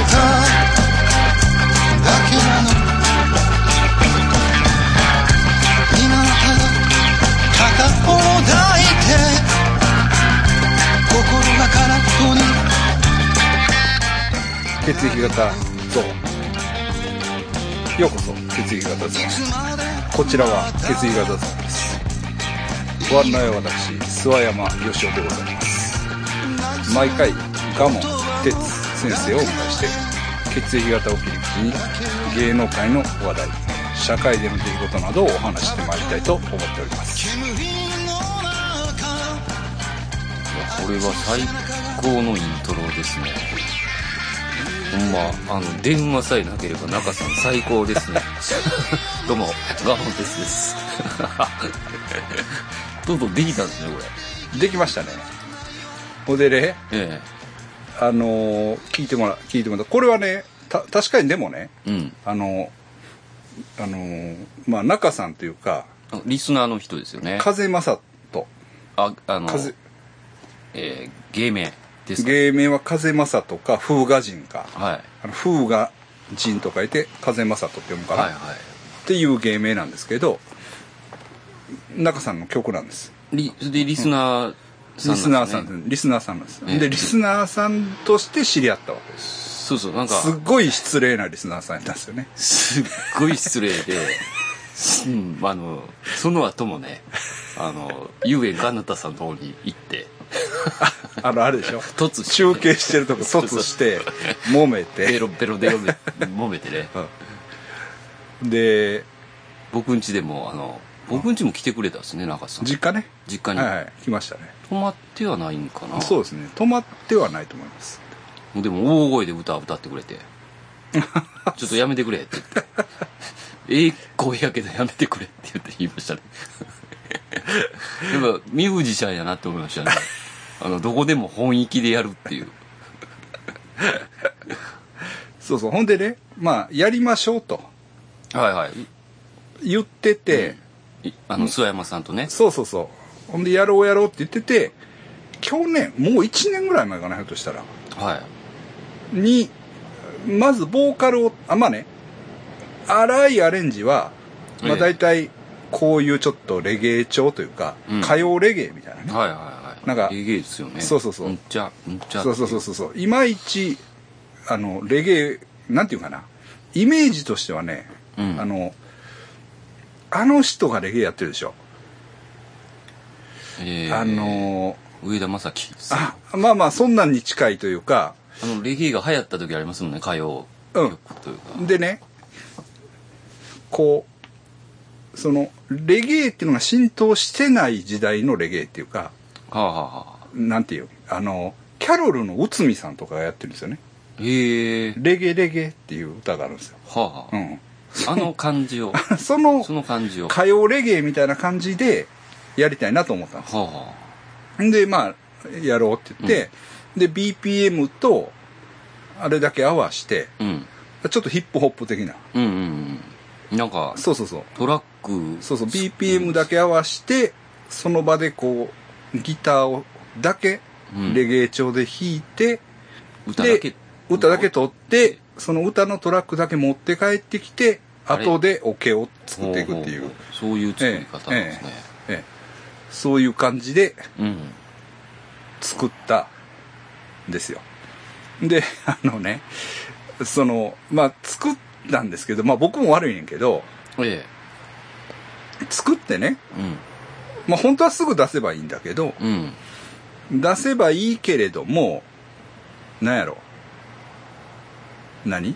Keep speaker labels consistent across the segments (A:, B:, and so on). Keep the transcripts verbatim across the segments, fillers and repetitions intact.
A: ただけなの今はただ片方抱いて心が空っぽに
B: 血液型ゾーンようこそ血液型ゾーンこちらは血液型ゾーンですご案内は私諏訪山義雄でございます毎回賀門哲先生をお迎えして血液型を切り口に芸能界の話題社会での出来事などをお話してまいりたいと思っております
C: これは最高のイントロですねほんまあの電話さえなければ中さん最高ですねどうもガモンテスですとうとうできたんですねこれ
B: できましたねほんでね、
C: ええ、
B: あのー、聞いてもら聞いてもらったこれはねた確かにでもね、
C: うん、
B: あのあのー、まあ中さんというか
C: リスナーの人ですよね
B: 風正人
C: ああの
B: 風、
C: えー、芸名ですか
B: 芸名は風正人か風雅人か、
C: はい、
B: あの風雅人と書いて風正人って読むかな、
C: はいはい、
B: っていう芸名なんですけど中さんの曲なんです
C: リでリスナーさん、ね、
B: リスナーさんリスナーさんなんです、ええ、でリスナーさんとして知り合ったわけです
C: そうそうなんか
B: すっごい失礼なリスナーさんやったんですよね
C: すっごい失礼でうん、あのその後もねあの遊園かあなたさんの方に行って
B: あのあれでしょ
C: 突
B: 中継してるとこ突して揉めて
C: ベロベロで揉めてね、
B: うん、で
C: 僕ん家でもあの僕ん家も来てくれたんですね中さん
B: 実家ね
C: 実家に、
B: はいはい、来ましたね
C: 泊まってはないんかな
B: そうですね泊まってはないと思います
C: でも大声で歌を歌ってくれてちょっとやめてくれって言ってええ声やけどやめてくれって言って言いましたねやっぱミュージシャンやなって思いましたねあのどこでも本域でやるっていう
B: そうそうほんでねまあやりましょうと
C: はいはい
B: 言ってて、
C: うん、あの諏訪山さんとね
B: そうそうそうほんでやろうやろうって言ってて去年もういちねんぐらい前かなひょっとしたら
C: はい
B: にまずボーカルをあまあね荒いアレンジは、まあ、大体こういうちょっとレゲエ調というか、うん、歌謡レゲエみたいなね
C: はいはいはい
B: なんか
C: レゲエですよね
B: そうそうそう
C: うんちゃうんちゃ
B: そうそうそうそういまいちあのレゲエなんていうかなイメージとしてはね、うん、あのあの人がレゲエやってるでしょ、
C: えー、
B: あの
C: 上田正樹
B: あまあまあそんなんに近いというか
C: あのレゲエが流行った時ありますもんね歌謡曲というか、
B: うん、でねこうそのレゲエっていうのが浸透してない時代のレゲエっていうか、
C: はあはあ、
B: なんていうあのキャロルの内海さんとかがやってるんですよね
C: へえ
B: レゲエレゲエっていう歌があるんですよ、
C: はあ、
B: うん、
C: あの感じを
B: その
C: その感じを
B: 歌謡レゲエみたいな感じでやりたいなと思ったんです、
C: は
B: あ、でまあやろうって言って、うん、で ビーピーエム とあれだけ合わして、うん、ちょっとヒップホップ的な
C: うんうんうんなんか
B: そうそうそう
C: トラック
B: そうそう ビーピーエム だけ合わしてその場でこうギターをだけレゲエ調で弾いて、
C: うん、歌だけ
B: 歌だけ取ってその歌のトラックだけ持って帰ってきて後でオケを作っていくっていう
C: そういう作り方なんですね、
B: ええええ、そういう感じで作ったんですよであのねそのまあ作ったんですけどまあ僕も悪いねんけど、
C: え
B: え、作ってね、
C: うん
B: まあ本当はすぐ出せばいいんだけど、
C: うん、
B: 出せばいいけれどもなんやろ何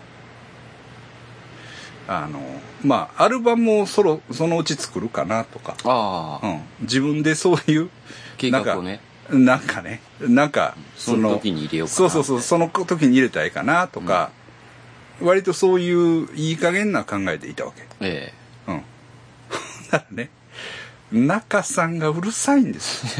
B: あのまあアルバムをそろそのうち作るかなとか
C: あ、
B: うん、自分でそういう
C: 計画をね
B: なんかねなんか
C: その時に入れようかな
B: そうそうそうその時に入れたいかなとか、うん、割とそういういい加減な考えでいたわけ
C: え
B: えうんだからね中さんがうるさいんです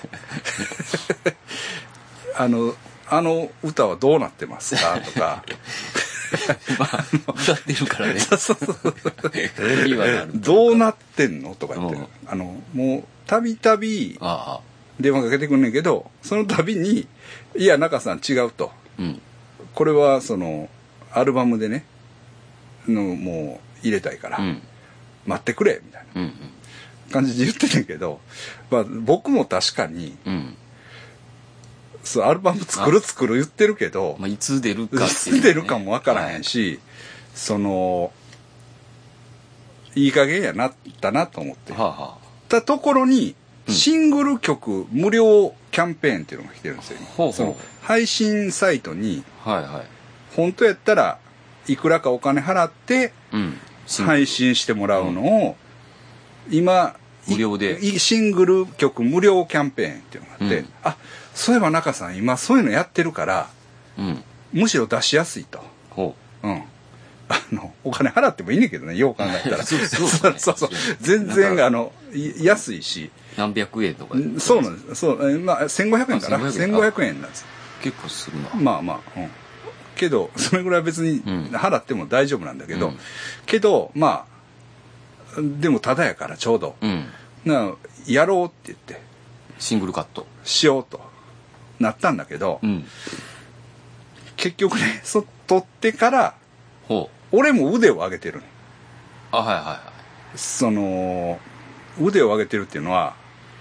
B: あのあの歌はどうなってますかとか
C: まあ歌ってるからね
B: そうそうそうどうなってんのとか言って、うん、あのもうたびたび電話かけてくんねんけどその度にいや中さん違うと、
C: うん、
B: これはそのアルバムでねのもう入れたいから、うん、待ってくれみたいな感じで言ってたけど、まあ、僕も確かに、うん、そうアルバム作る作る言ってるけど、
C: まあ、いつ出るかっていう、
B: ね、いつ出るかもわからへんし、はい、そのいい加減やなったなと思って、はあはあ、たところにシングル曲無料キャンペーンっていうのが来てるんですよ、うん、その配信サイトに、はいはい、本当やったらいくらかお金払って配信してもらうのを、うん、今
C: 無料で
B: シングル曲無料キャンペーンっていうのがあって、うん、あ、そういえば中さん今そういうのやってるから、うん、むしろ出しやすいと、ほう、うん、あのお金払ってもいいねんけどね、よう考えたらそうそうそう、そうそう、全然あの安いし
C: 何百円とか、
B: そうなんです、そう、まあせんごひゃくえんかな、せんごひゃくえんなんです。
C: 結構するな。
B: まあまあ、うん、けどそれぐらい別に払っても大丈夫なんだけど、うん、けどまあでもただやからちょうど、うん、なやろうって言って
C: シングルカット
B: しようとなったんだけど、うん、結局ね、そ撮ってからほう俺も腕を上げてるの。
C: あ、はいはいはい。
B: その腕を上げてるっていうのは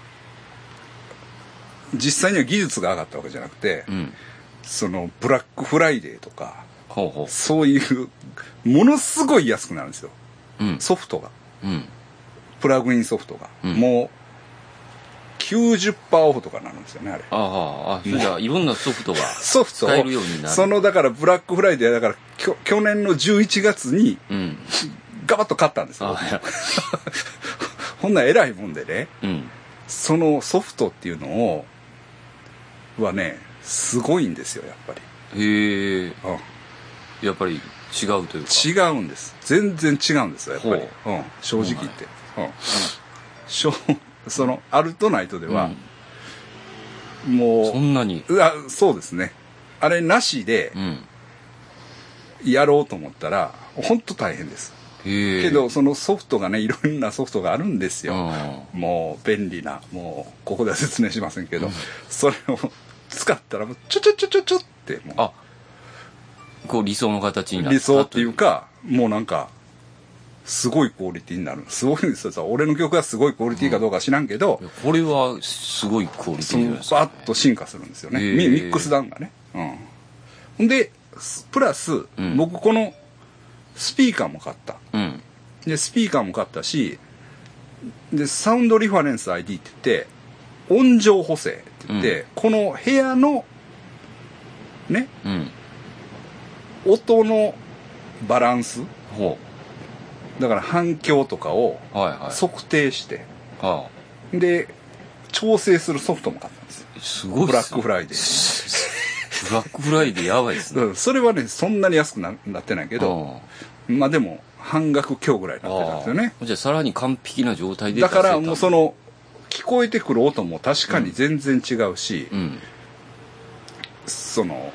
B: 実際には技術が上がったわけじゃなくて、うん、そのブラックフライデーとかほうほうそういうものすごい安くなるんですよ、うん、ソフトが、うん、プラグインソフトが、うん、もう きゅうじゅっパーセント オフとかなるんですよね、あれ。
C: ああ、それじゃあいろんなソフトが使えるようになる。
B: そのだからブラックフライデーだからきょ去年のじゅういちがつに、うん、ガバッと買ったんですよ。ほんなら偉いもんでね、うん、そのソフトっていうのをはねすごいんですよ、やっぱり。
C: へえ、うん、やっぱり違うというか。
B: 違うんです、全然違うんですよ、やっぱり、うん、正直言って、うんうん、しょそのアルトナイトでは、うん、もう
C: そんなに、
B: うわ、そうですね、あれなしでやろうと思ったら本当大変です。けどそのソフトがね、いろんなソフトがあるんですよ、うん、もう便利な、もうここでは説明しませんけど、うん、それを使ったらもうちょちょちょちょちょってもう、あ、
C: こう理想の形になった。
B: 理想っていうか、もうなんかすごいクオリティになる。すごいんですよ。俺の曲がすごいクオリティかどうか知らんけど、
C: うん、これはすごいクオリティじゃないですか、
B: ね、バッと進化するんですよね、ミックスダウンがね、うん、でプラス、うん、僕このスピーカーも買った、うん、でスピーカーも買ったし、でサウンドリファレンス アイディー って言って音情補正って言って、うん、この部屋のね、うん、音のバランス、ほうだから反響とかを測定して、はいはい、で調整するソフトも買ったんですよ。
C: すごいっすね、
B: ブラックフライデー
C: ブラックフライデーやばいですね。
B: それはねそんなに安く な, なってないけど、まあでも半額強ぐらいになってたんですよね。
C: じゃあさらに完璧な状態で
B: だからもうその聞こえてくる音も確かに全然違うし、うんうん、その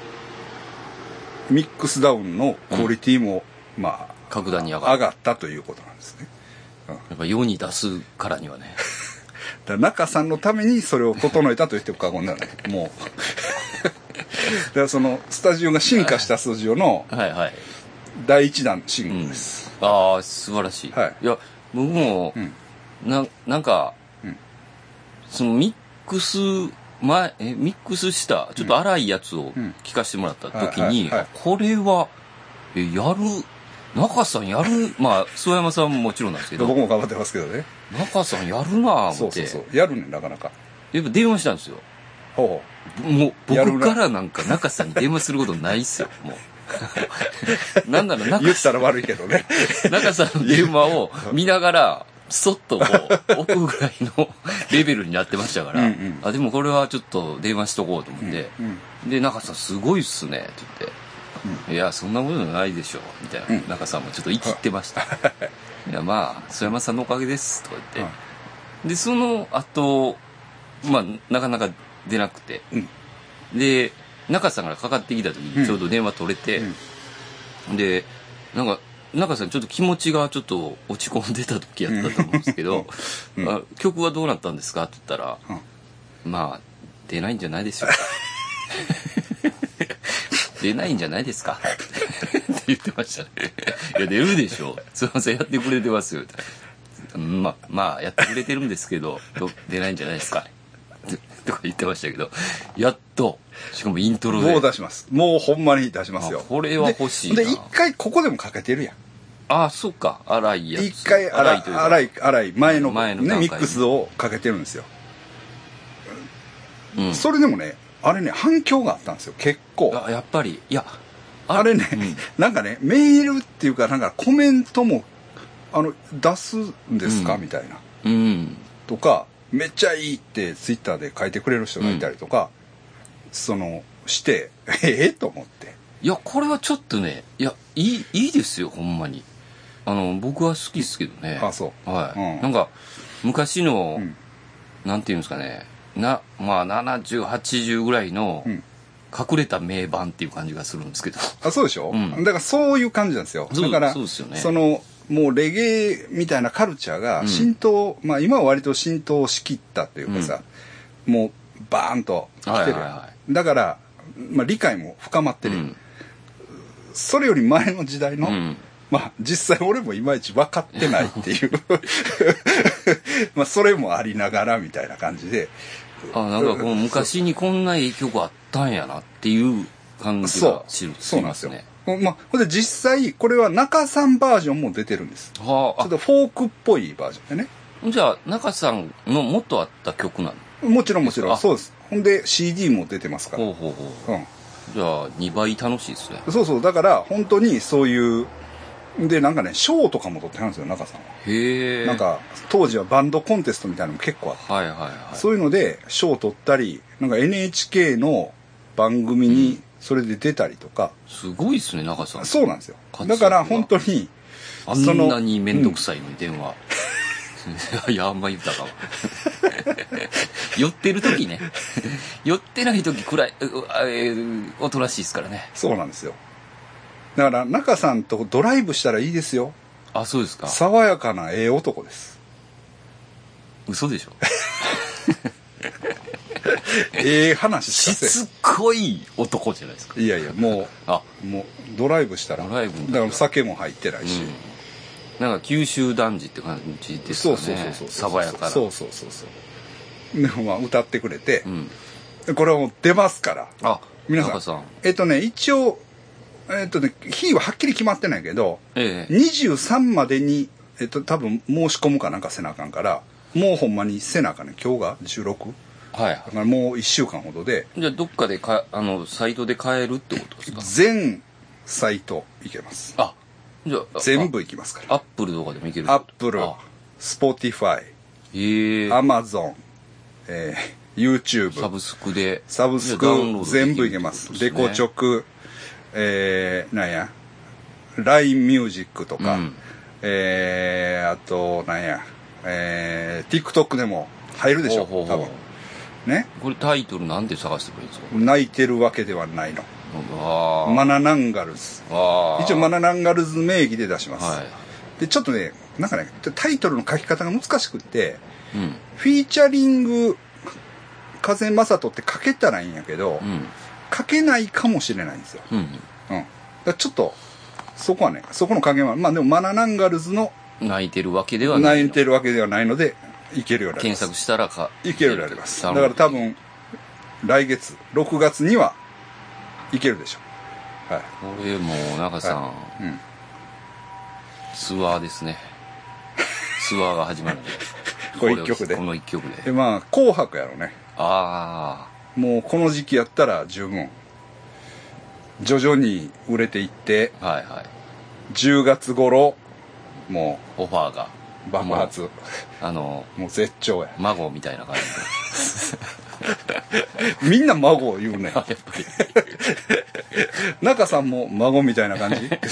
B: ミックスダウンのクオリティも、うん、まあ
C: 格段に上がった、
B: 上がったということなんですね、
C: うん、やっぱ世に出すからにはね
B: だから中さんのためにそれを整えたと言っても過言ではないもうだからそのスタジオが進化したスタジオの第一弾シングルです、
C: うん、ああ素晴らしい、はい、いや僕も、うん、な, なんか、うん、そのミックス前えミックスしたちょっと粗いやつを聞かせてもらった時に、これはえやる中さんやる、まあ諏訪山さんももちろんなんですけど
B: 僕も頑張ってますけどね、
C: 中さんやるなぁ思って。
B: そうそうそうやるね、なかなか
C: やっぱ電話したんですよ。
B: ほうほ
C: うもう僕からなんか中さんに電話することないっすよもうなんだろう、中
B: 言ったら悪いけどね
C: 中さんの電話を見ながらそっとこう置くぐらいのレベルになってましたから、うん、うん、あでもこれはちょっと電話しとこうと思って、うんうん、で中さんすごいっすねって言って、うん、いやそんなことないでしょみたいな、うん、中さんもちょっと言い切ってました、うん、いやまあ曽山さんのおかげですとか言って、うん、でその後まあなかなか出なくて、うん、で中さんからかかってきた時にちょうど電話取れて、うん、でなんか中さんちょっと気持ちがちょっと落ち込んでた時やったと思うんですけど、うん、あ曲はどうなったんですかって言ったら、うん、まあ出ないんじゃないでしょうか出ないんじゃないですかって言ってましたね。いや出るでしょ、すいませんやってくれてますよ、まあまあやってくれてるんですけど出ないんじゃないですかとか言ってましたけど、やっとしかもイントロで
B: もう出します。もうほんまに出しますよ。
C: これは欲しいな。
B: で一回ここでもかけてるやん。
C: ああそうか、荒いやつ。
B: 一回荒い
C: というか
B: 荒い荒い前の
C: 前の
B: ねミックスをかけてるんですよ。
C: うん、
B: それでもねあれね反響があったんですよ結構。
C: あやっぱりいや
B: あれね、うん、なんかねメールっていうかなんかコメントもあの出すんですか、うん、みたいな、
C: うん、
B: とかめっちゃいいってツイッターで書いてくれる人がいたりとか、うん、そのしてええと思って。
C: いやこれはちょっとねいやいいいいですよほんまに。あの僕は好きですけどね。
B: あそう。
C: はい。
B: うん、
C: なんか昔の、
B: うん、
C: なんていうんですかねなまあななじゅうはちじゅうぐらいの隠れた名盤っていう感じがするんですけど。
B: あそうでしょ。うん、だからそういう感じなんですよ。だからそうですよね。そのもうレゲエみたいなカルチャーが浸透、うん、まあ今は割と浸透しきったっていうかさ、うん、もうバーンと来てる、はいはいはい、だから、まあ、理解も深まってる、うん、それより前の時代の、うん、まあ実際俺もいまいち分かってないっていうまあそれもありながらみたいな感じで、
C: あなんかこの昔にこんないい曲あったんやなっていう感じがしますね。
B: まあ、ほんで実際これは中さんバージョンも出てるんです、はあ、ちょっとフォークっぽいバージョンでね。
C: じゃあ中さんの元あった曲なの？
B: もちろんもちろんそうです。ほんで シーディー も出てますから。ほうほうほう、うん、
C: じゃあにばい楽しいですね。
B: そうそう、だから本当にそういうでなんかね賞とかも取ってはるんですよ中さんは。
C: へえ。
B: なんか当時はバンドコンテストみたいなのも結構あって、
C: はいはいはい、
B: そういうので賞取ったりなんか エヌエイチケー の番組にそれで出たりとか、
C: うん、すごいですね中さん。
B: そうなんですよ。だから本当に
C: あんなに面倒くさいのに電話、うん、いやあんま言ったかも寄ってる時ね寄ってない時くらいおとなしいですからね。
B: そうなんですよ。だから中さんとドライブしたらいいですよ。
C: あそうですか。
B: 爽やかなええ男です。
C: 嘘でしょ
B: ええ話
C: しつこい男じゃないですか。
B: いやいやもうあもうドライブしたら
C: ドライブ
B: だから酒も入ってないし、
C: うん、なんか九州男児って感じですかね。
B: そうそうそうそう
C: 爽やかな。
B: そうそうそうそうでもまあ歌ってくれて、うん、これはもう出ますから。
C: あ
B: 皆さん、さんえっとね一応えっとね日ははっきり決まってないけど、ええ、にじゅうさんまでにえっと多分申し込むかなんかせなあかんからもうほんまにせなあかんね。今日がじゅうろく。はい、だからもういっしゅうかんほどで。
C: じゃあどっかでかあのサイトで買えるってことですか？
B: 全サイトいけます。
C: あじゃあ
B: 全部いきますから。
C: アップルとかでもいける。
B: アップル、スポティファイ、アマゾン、えー、YouTube、
C: サブスクで
B: サブスク全部いけます。レコチョク、えー、なんや ライン ミュージックとか、うん、えー、あとなんや、えー、TikTok でも入るでしょ。ほうほうほう多分ね。
C: これタイトルなんで探してくれるんですか？
B: 泣いてるわけではないの。マナナンガルズ。一応マナナンガルズ名義で出します、はい、でちょっとねなんかねタイトルの書き方が難しくって、うん、フィーチャリング風正人って書けたらいいんやけど、うん、書けないかもしれないんですよ、うんうん、だからちょっとそこはねそこの加減はまあでもマナナンガルズの
C: 泣いてるわけではない
B: 泣いてるわけではないのでいけるようになります。
C: 検索したらか
B: いけるようになります。だから多分来月ろくがつにはいけるでしょう。はい。
C: これもう中さん、はいうん、ツアーですね。ツアーが始まるんで。
B: これ一曲で。
C: この一曲で。
B: でまあ紅白やろね。
C: あ
B: あ。もうこの時期やったら十分徐々に売れていって、はいはい。じゅうがつ頃も
C: うオファーが
B: 爆発。
C: あの
B: もう絶頂や。
C: 孫みたいな感じ
B: で。みんな孫言うね。やっぱり。中さんも孫みたいな感じって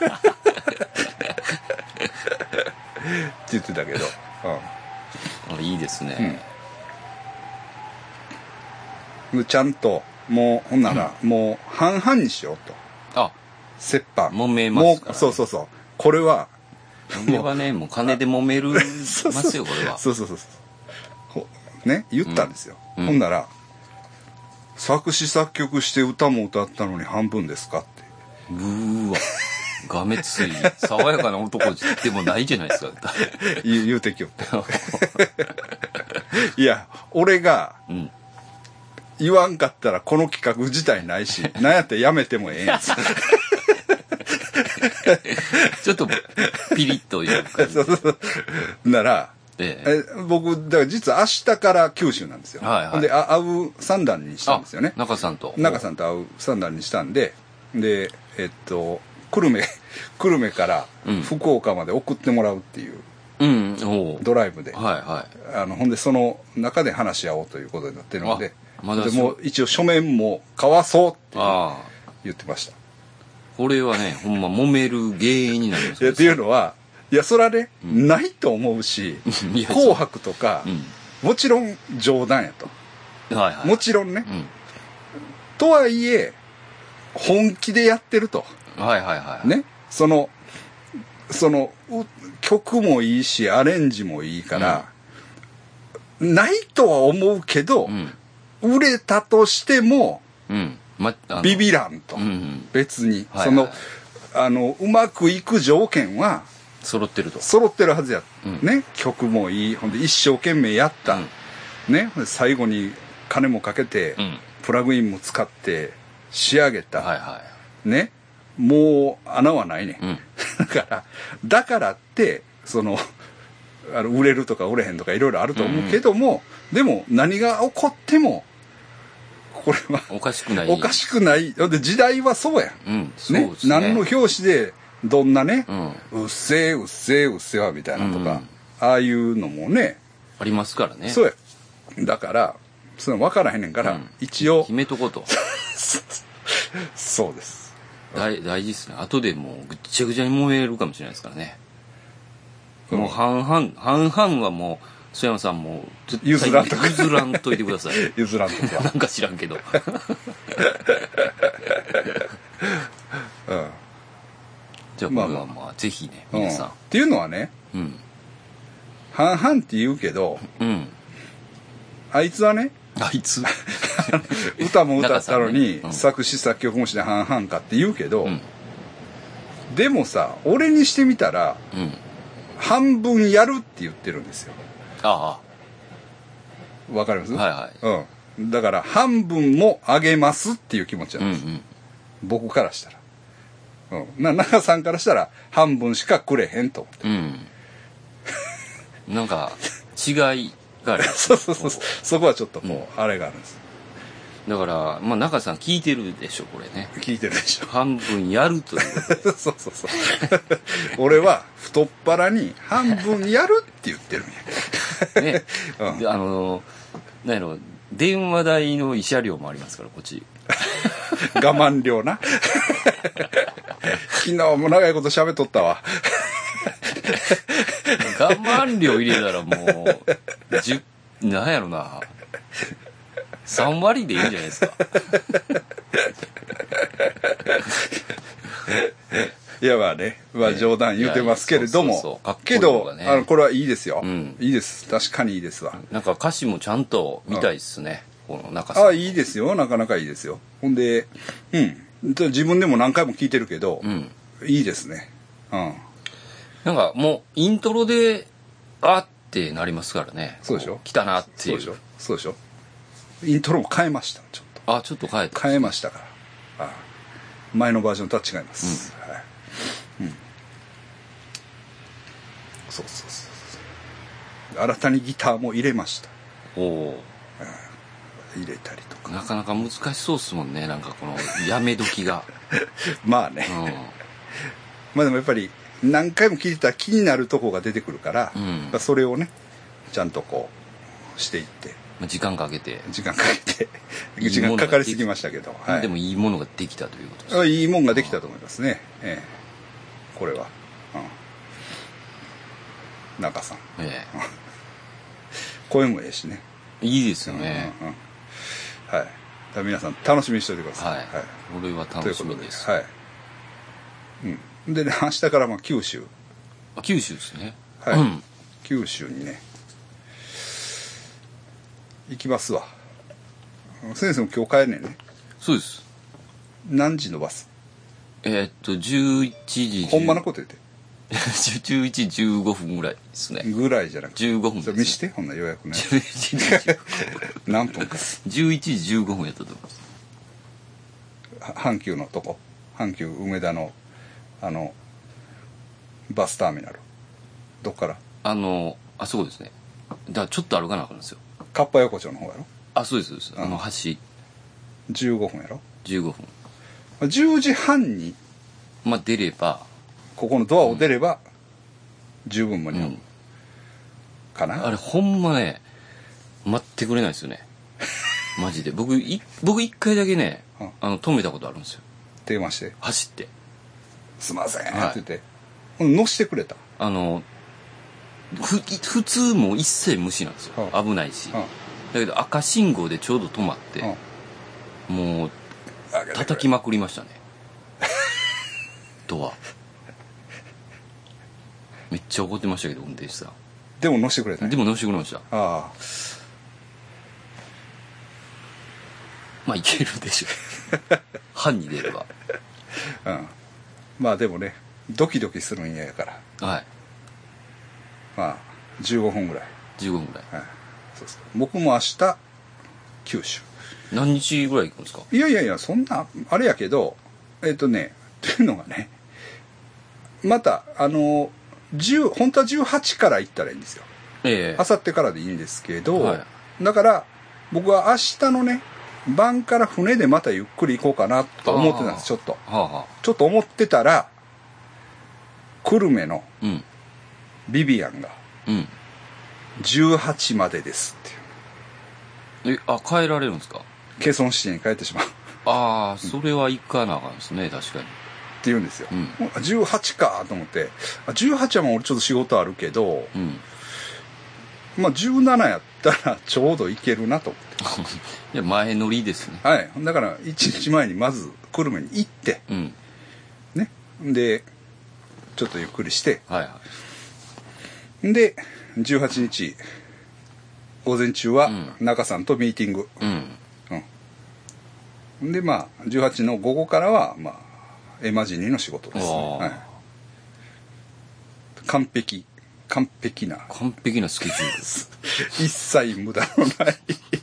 B: 言ってたけど。
C: うん、いいですね、
B: うん。ちゃんともうほんなら、うん、もう半々にしようと。あ、折半。
C: 揉めますから、ね。
B: そうそうそう。これは。
C: 揉めはね、もう金で揉めるますよこれは。
B: そうそうそうそう。ね言ったんですよ。うん、ほんなら作詞作曲して歌も歌ったのに半分ですかって。
C: うーわ。がめつい、爽やかな男でもないじゃないですか。
B: 言う、言うてきよって。いや、俺が、言わんかったらこの企画自体ないし、なんやったらやめてもええやつ。
C: ちょっと、ピリッというか。
B: そうそうそうなら、
C: ええ、
B: え僕、だから実は明日から九州なんですよ。
C: はいはい、
B: で、あ会う三段にしたんですよね。
C: 中さんと。
B: 中さんと会う三段にしたんで、で、えっと、久留米、久留米から福岡まで送ってもらうっていう、うん、ドライブで、はいはい、あのほんでその中で話し合おうということになってるので、ま、でも一応書面も交わそうって言ってました。
C: これはね、ほんま揉める原因になります。
B: っていうのは、いやそれはね、うん、ないと思うし、紅白とか、うん、もちろん冗談やと、はいはい、もちろんね、うん、とはいえ本気でやってると。はいはいはい。ね。その、その、曲もいいし、アレンジもいいから、うん、ないとは思うけど、うん、売れたとしても、うんま、ビビらんと。うんうん、別に、はいはい、その、あの、うまくいく条件は、
C: 揃ってると。
B: 揃ってるはずや。うん、ね。曲もいい。ほんで、一生懸命やった。うん、ね。最後に金もかけて、うん、プラグインも使って、仕上げた。はいはい、ね。もう穴はないね、うん、だからだからってそのあの売れるとか売れへんとかいろいろあると思うけども、うんうん、でも何が起こってもこれは
C: おかしくない
B: おかしくない。で時代はそうやん、うんそうですね、何の表紙でどんなね、うん、うっせえうっせえうっせえわみたいなとか、うんうん、ああいうのもね
C: ありますからね。
B: そうやだからその分からへんねんから、うん、一応
C: 決めとこと
B: そうです
C: 大, 大事ですね。後でもうぐっちゃぐちゃに燃えるかもしれないですからね。うん、もう半々半々はもう曽山さんも
B: 譲らんと
C: 譲らんといてください。
B: 譲らんとか
C: なんか知らんけど。うん、じゃあこれはまあ、まあ、ぜひね皆さん、うん、
B: っていうのはね、うん、半々って言うけど、うん、あいつはね
C: あいつ
B: 歌も歌ったのに、ねうん、作詞作曲もして半々かって言うけど、うん、でもさ俺にしてみたら、うん、半分やるって言ってるんですよ。ああわかります？はいはい、うん、だから半分もあげますっていう気持ちなんです、うんうん、僕からしたら、うん、な中さんからしたら半分しかくれへんと思って、
C: うん、なんか違い
B: そうそうそうそこはちょっともうあれがあるんです、
C: うん、だからまあ中さん聞いてるでしょこれね。
B: 聞いてるでしょ。
C: 半分やるということで
B: そうそうそう俺は太っ腹に半分やるって言ってるんや
C: ね、うん、であの何やろ電話代の慰謝料もありますからこっち
B: 我慢料な昨日も長いこと喋っとったわ
C: 我慢料入れたらもうじゅうなんやろなさん割でいいんじゃないですか
B: いやまあね、まあ、冗談言うてますけれどもけどあのこれはいいですよ、うん、いいです確かにいいですわ。
C: なんか歌詞もちゃんと見たいっすね、うん、この中さん。
B: あいいですよなかなかいいですよ。ほんでうん自分でも何回も聞いてるけど、うん、いいですね。うん
C: なんかもうイントロであってなりますからね。
B: そうでしょ。
C: 来たなっていう。
B: そうでしょ。そうでしょ。イントロも変えましたちょっ
C: と。あちょっと変えた。
B: 変えましたから。あ前のバージョンとは違います。うん。はいうん、そうそうそうそう。新たにギターも入れました。おお、うん。入れたりとか。
C: なかなか難しそうっすもんね。なんかこのやめ時が。
B: まあね。うん、まあでもやっぱり。何回も聞いてたら気になるとこが出てくるから、うん、それをねちゃんとこうしていって
C: 時間かけて
B: 時間かけて時間かかりすぎましたけど、
C: はい、でもいいものができたということです
B: か。いいものができたと思いますね、ええ、これは、うん、中さん、ええ、声もええしね
C: いいですよね、うんうんうん、
B: はい。だから皆さん楽しみにしておいてください。はい。
C: はい、これは楽しみです。
B: はい。うん。で、ね、明日からまあ九州。
C: あ、九州ですね。
B: はい。うん、九州にね、行きますわ。 先生も今日帰んねんね。
C: そうです。
B: 何時のバス？
C: えー、っとじゅういちじ
B: ほんまのこと言って
C: じゅういちじじゅうごふんぐらいですね。
B: ぐらいじゃなくて
C: じゅうごふんです、ね、
B: 見してほんな予約ね。
C: じゅういちじ
B: 何分か
C: じゅういちじじゅうごふんやったと思います。
B: 阪急のとこ、阪急梅田のあのバスターミナルどっから？
C: あのあそこですね。だからちょっと歩かなあかんですよ。
B: かっぱ横丁の方やろ？
C: あ、そうですそうです。あの橋
B: じゅうごふんやろ？
C: じゅうごふん。
B: じゅうじはんに
C: まあ出れば
B: ここのドアを出れば十分間に合う、うん、かな。
C: あれほんまね待ってくれないですよね。マジで僕い僕一回だけね、うん、あの止めたことあるんですよ。
B: 電話して
C: 走って
B: すいません、はい、って言って乗してくれた。
C: あのふ普通もう一切無視なんですよ、うん、危ないし、うん、だけど赤信号でちょうど止まって、うん、もう叩きまくりましたね。ドアめっちゃ怒ってましたけど運転手さん。
B: でも乗してくれた、ね、
C: でも乗してくれました。
B: ああ
C: まあいけるでしょ。班に出れば。
B: うん。まあでもねドキドキするんやから。
C: はい。
B: まあじゅうごふんぐらい。
C: じゅうごふんぐらい。
B: はい。そうそう。僕も明日九州。
C: 何日ぐらい行くんですか？
B: いやいやいやそんなあれやけどえっ、ー、とねっていうのがねまたあのじゅう本当はじゅうはちから行ったらいいんですよ。
C: ええ。
B: 明後日からでいいんですけど、
C: はい、
B: だから僕は明日のね晩から船でまたゆっくり行こうかなと思ってたんですちょっと、
C: はあはあ、
B: ちょっと思ってたら久留米の
C: うん、
B: ビビアンがじゅうはちまでですっていう、
C: えあ帰られるんですか？
B: ケソンシティに帰ってしまう。
C: ああそれは行かなあかんですね確かに
B: って言うんですよ、
C: うん、
B: じゅうはちかと思ってじゅうはちはもう俺ちょっと仕事あるけど、
C: うん、
B: まあじゅうななやったらちょうど行けるなと思って
C: いや前乗りですね。
B: はいだからいちにちまえにまず久留米に行って、
C: うん、
B: ねでちょっとゆっくりして、
C: はいはい、
B: でじゅうはちにち午前中は中さんとミーティング、
C: うん
B: うん、でまあじゅうはちの午後からはまあエマジニの仕事です、ねはい、完璧完璧な
C: 完璧なスケジュール
B: 一切無駄のない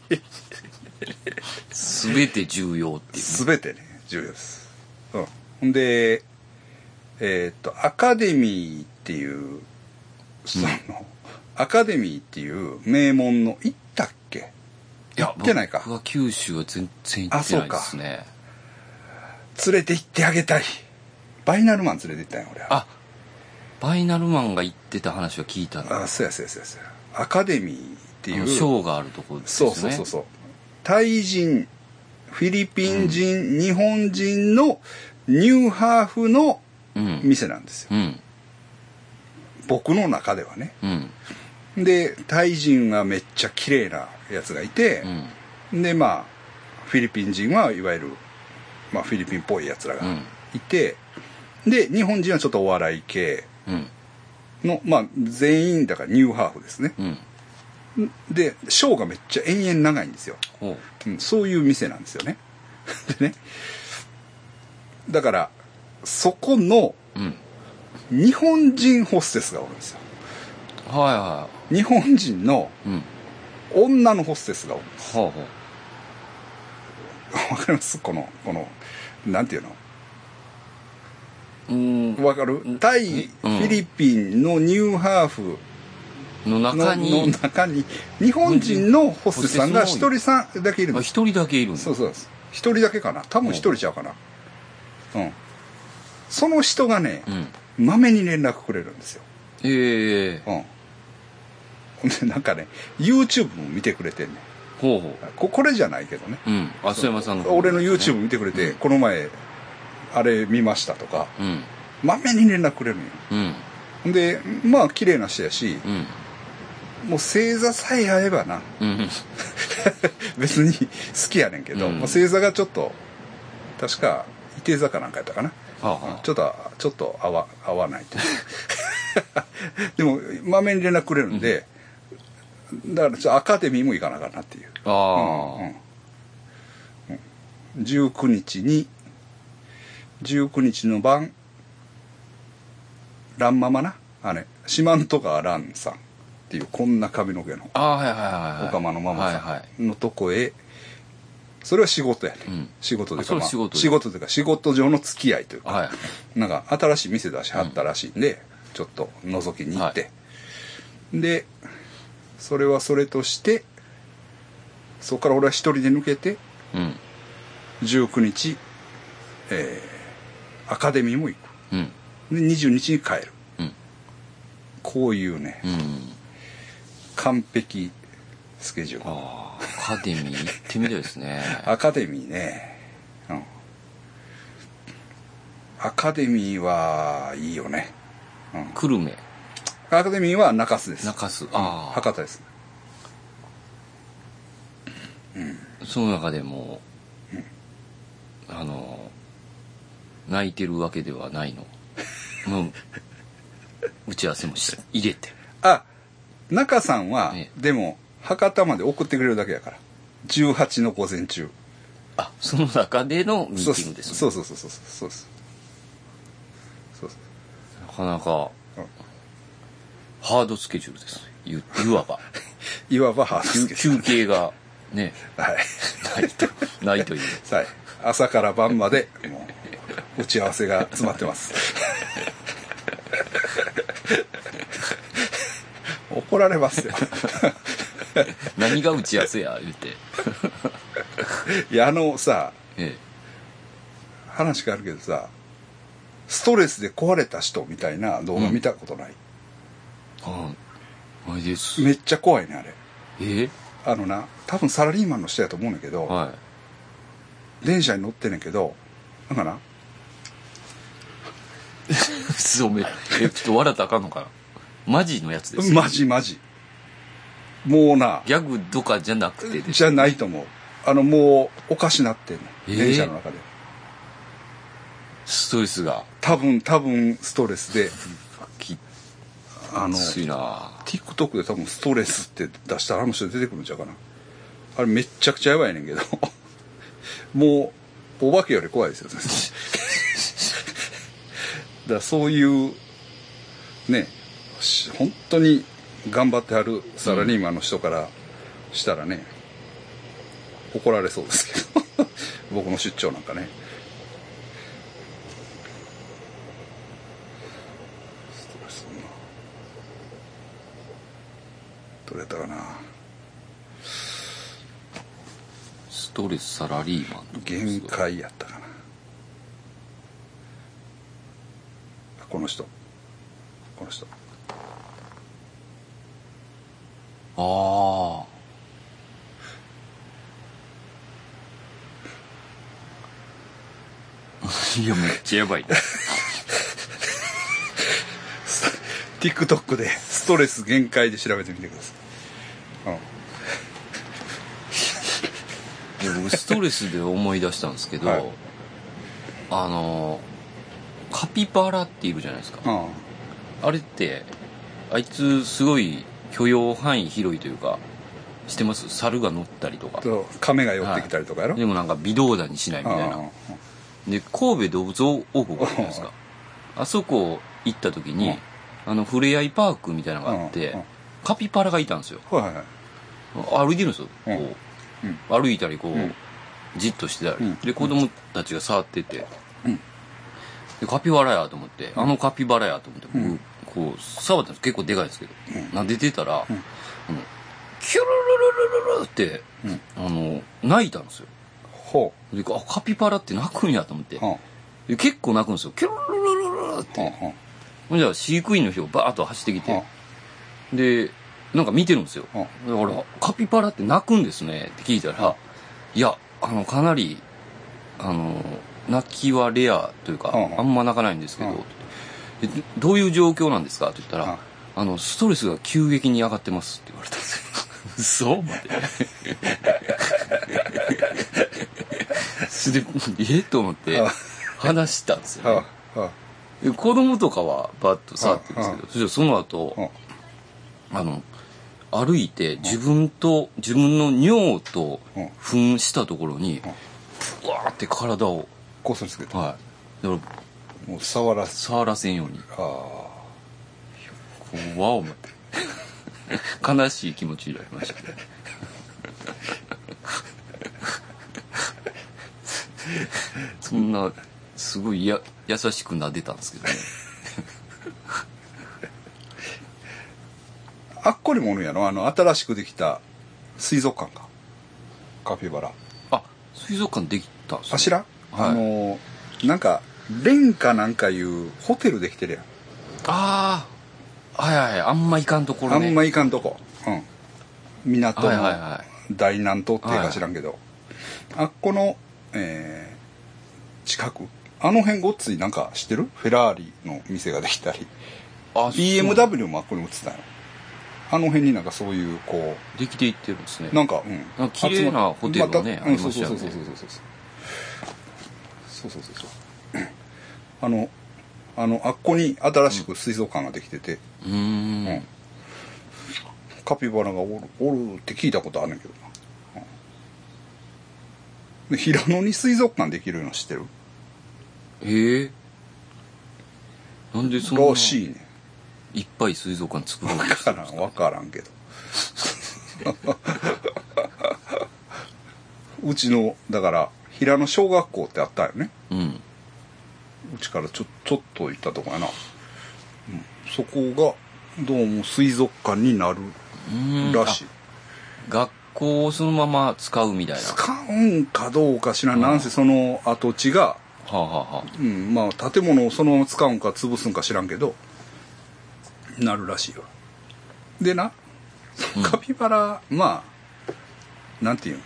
C: 全て重要っていう、
B: ね、全てね重要です、うん、ほんでえー、っとアカデミーっていうその、うん、アカデミーっていう名門の行ったっけ？
C: いや
B: 行ってないか。
C: 僕は九州は全然行ってないですね。
B: 連れて行ってあげたい。バイナルマン連れて行ったんや俺は。
C: あバイナルマンが行ってた話は聞いたの。
B: あそうやそうやそうやアカデミーっていう
C: 賞があるところですね。
B: そうそうそうそうタイ人フィリピン人、うん、日本人のニューハーフの店なんですよ、
C: うん、
B: 僕の中ではね、
C: うん、
B: でタイ人がめっちゃ綺麗なやつがいて、うん、でまあフィリピン人はいわゆる、まあ、フィリピンっぽいやつらがいて、うん、で日本人はちょっとお笑い系の、うん、まあ全員だからニューハーフですね、うん、でショーがめっちゃ延々長いんですよ、うん、そういう店なんですよねでねだからそこの日本人ホステスがおるんですよ、
C: はいはい、
B: 日本人の女のホステスがおるんです、
C: うん、は
B: あ、わかりますこのこのなんていうの
C: うん
B: わかるタイ、うん、フィリピンのニューハーフ
C: の中に
B: の中に日本人のホステスさんが一人さんだけいるんです。
C: 一人だけいるんです。
B: そうそうです。一人だけかな。多分一人ちゃうかな。うん。その人がね、うん、まめに連絡くれるんですよ。
C: ええ
B: ー。うん。でなんかね、YouTube も見てくれてんね。
C: ほうほう。
B: ここれじゃないけどね。
C: うん。あ、須山さんの、ね。
B: 俺の YouTube 見てくれて、うん、この前あれ見ましたとか、
C: うん。
B: まめに連絡くれるんよ。うん。で、まあ綺麗な人やし。
C: うん。
B: もう星座さえ合えばな、うん、別に好きやねんけど、うん、まあ、星座がちょっと確か伊手座かなんかやったかな、はあはあ、ちょっとちょっと合わ合わないでもまめに連絡くれるんで、うん、だからちょっとアカデミーも行かなあかんなっていう。
C: あ、
B: うんうん、 じゅうくにちにじゅうくにちの晩蘭ママなあれ四万十川蘭さんっていうこんな髪の毛の
C: あはいはいはいはい
B: おかまのママ
C: はいは
B: さんのとこへそれは仕事やね、
C: うん、
B: 仕事というか、まあ、
C: 仕事
B: 仕事というか仕事上の付き合いというか、
C: はい、
B: なんか新しい店出しはったらしいんで、うん、ちょっと覗きに行って、はい、でそれはそれとしてそこから俺は一人で抜けて、うん、じゅうくにち、えー、アカデミーも行く、うん、でにじゅうにちに帰る、うん、こういうね、うん、完璧スケジュール。
C: あアカデミー行ってみたいですね。
B: アカデミーね、うん、アカデミーはいいよね、
C: うん、久留米
B: アカデミーは中洲です。
C: 中洲あ、
B: うん、博多です、
C: うん、その中でも、うん、あの泣いてるわけではないのもう打ち合わせもし入れて
B: あ中さんは、ね、でも博多まで送ってくれるだけやからじゅうはちの午前中
C: あその中でのミーティングですね。
B: そうそうそうそうそうそうそう
C: なかなか、うん、ハードスケジュールですい, いわば
B: いわばハードスケジュール
C: 休憩がね、
B: はい、
C: ないとないという、
B: はい、朝から晩までもう打ち合わせが詰まってます怒られますよ
C: 何が打ち合わせや言うて
B: いやあのさ、
C: ええ、
B: 話があるけどさストレスで壊れた人みたいな動画見たことない、
C: うん、ああないです。
B: めっちゃ怖いねあれ。
C: え
B: あのな多分サラリーマンの人やと思うんだけど、
C: はい、
B: 電車に乗ってんねんけどなんかな
C: そうめえちょっと笑ったらあかんのかなマジのやつです
B: マジマジもうな
C: ギャグとかじゃなくて
B: じゃないと思う。あのもうおかしなってんの、えー、電車の中で
C: ストレスが
B: 多分多分ストレスであの
C: ついな
B: TikTok で多分ストレスって出したらあの人出てくるんちゃうかな。あれめっちゃくちゃやばいねんけどもうお化けより怖いですよねだからそういうね本当に頑張ってはるサラリーマンの人からしたらね、うん、怒られそうですけど僕の出張なんかねストレスなどれやったかな
C: ストレスサラリーマン
B: 限界やったかなこの人この人
C: ああいやめっちゃやばい
B: TikTok でストレス限界で調べてみてください、
C: うん、いや僕ストレスで思い出したんですけど、はい、あのカピバラっているじゃないですか、うん、あれってあいつすごい許容範囲広いというか知ってます？猿が乗ったりとか
B: 亀が寄ってきたりとかやろ、
C: はい、でもなんか微動だにしないみたいな。で神戸動物王国あるじゃないですかあそこ行った時にあのふれあいパークみたいなのがあってカピバラがいたんですよ、はいはい、歩いてるんですよこう、うん、歩いたりこう、うん、じっとしてたり、うん、で子供たちが触ってて、うん、でカピバラやと思って、うん、あのカピバラやと思って僕、うんこう触ったんです結構でかいですけど、うん、撫でてたら、うん、あのキュルルルルルルって、うん、あの泣いたんですよ。ほうであカピバラって泣くんやと思って、はあ、で結構泣くんですよキュルルルルルルって、はあはあ、じゃあ飼育員の人がバーッと走ってきて、はあ、でなんか見てるんですよ、はあ、だからカピバラって泣くんですねって聞いたら、はあ、いやあのかなりあの泣きはレアというか、はあ、あんま泣かないんですけど、はあどういう状況なんですかって言ったら、ああのストレスが急激に上がってますって言われたんですよ。嘘まで。それでえと思って話したんですよね。子供とかはバッと触ってるんですけど、そしてその後あの歩いて自分と自分の尿と糞したところにうわーって体を
B: こすりつけて、
C: はい、だから
B: もう触ら
C: 触らせんように。
B: ああ
C: 怖っ思って悲しい気持ちになりましたねそんなすごいや優しく撫でたんですけどね
B: あっこにもおるんやろ、あの新しくできた水族館か、カピバラ。
C: あ、水族館できたんすか。
B: あしら、
C: はい、
B: あのなんかレンかなんかいうホテルできてるやん。
C: ああはいはい、あんま行かんところね。
B: あんま行かんとこ、うん港の
C: はいはいはい、
B: 大南東っていうか知らんけど、はいはい、あっこの、えー、近くあの辺ごっついなんか知ってる？フェラーリの店ができたり、あ ビーエムダブリュー もあっこに移ったんよ。あの辺になんかそういうこう
C: できていってるんですね。
B: なんかうん
C: 綺麗なホテルがね、ま、ありましたよね。
B: そうそうそうそうそうそうそうそうそうあのあのあっこに新しく水族館ができてて、
C: うん、うん
B: カピバラがおるおるって聞いたことあるんだけどな、うん、で平野に水族館できるの知ってる？
C: ええー、なんでそんな
B: らしいね。
C: いっぱい水族館作ろうと
B: 分からん分からんけどうちのだから平野小学校ってあったよね、
C: うん、
B: うちからちょちょっと行ったとこやな、うん、そこがどうも水族館になるらしい。
C: 学校をそのまま使うみたいな。
B: 使うんかどうか知らん、なんせその跡地が、
C: はあはあはあ、
B: うん、まあ建物をそのまま使うんか潰すんか知らんけどなるらしいわ。でな、うん、カピバラまあなんていう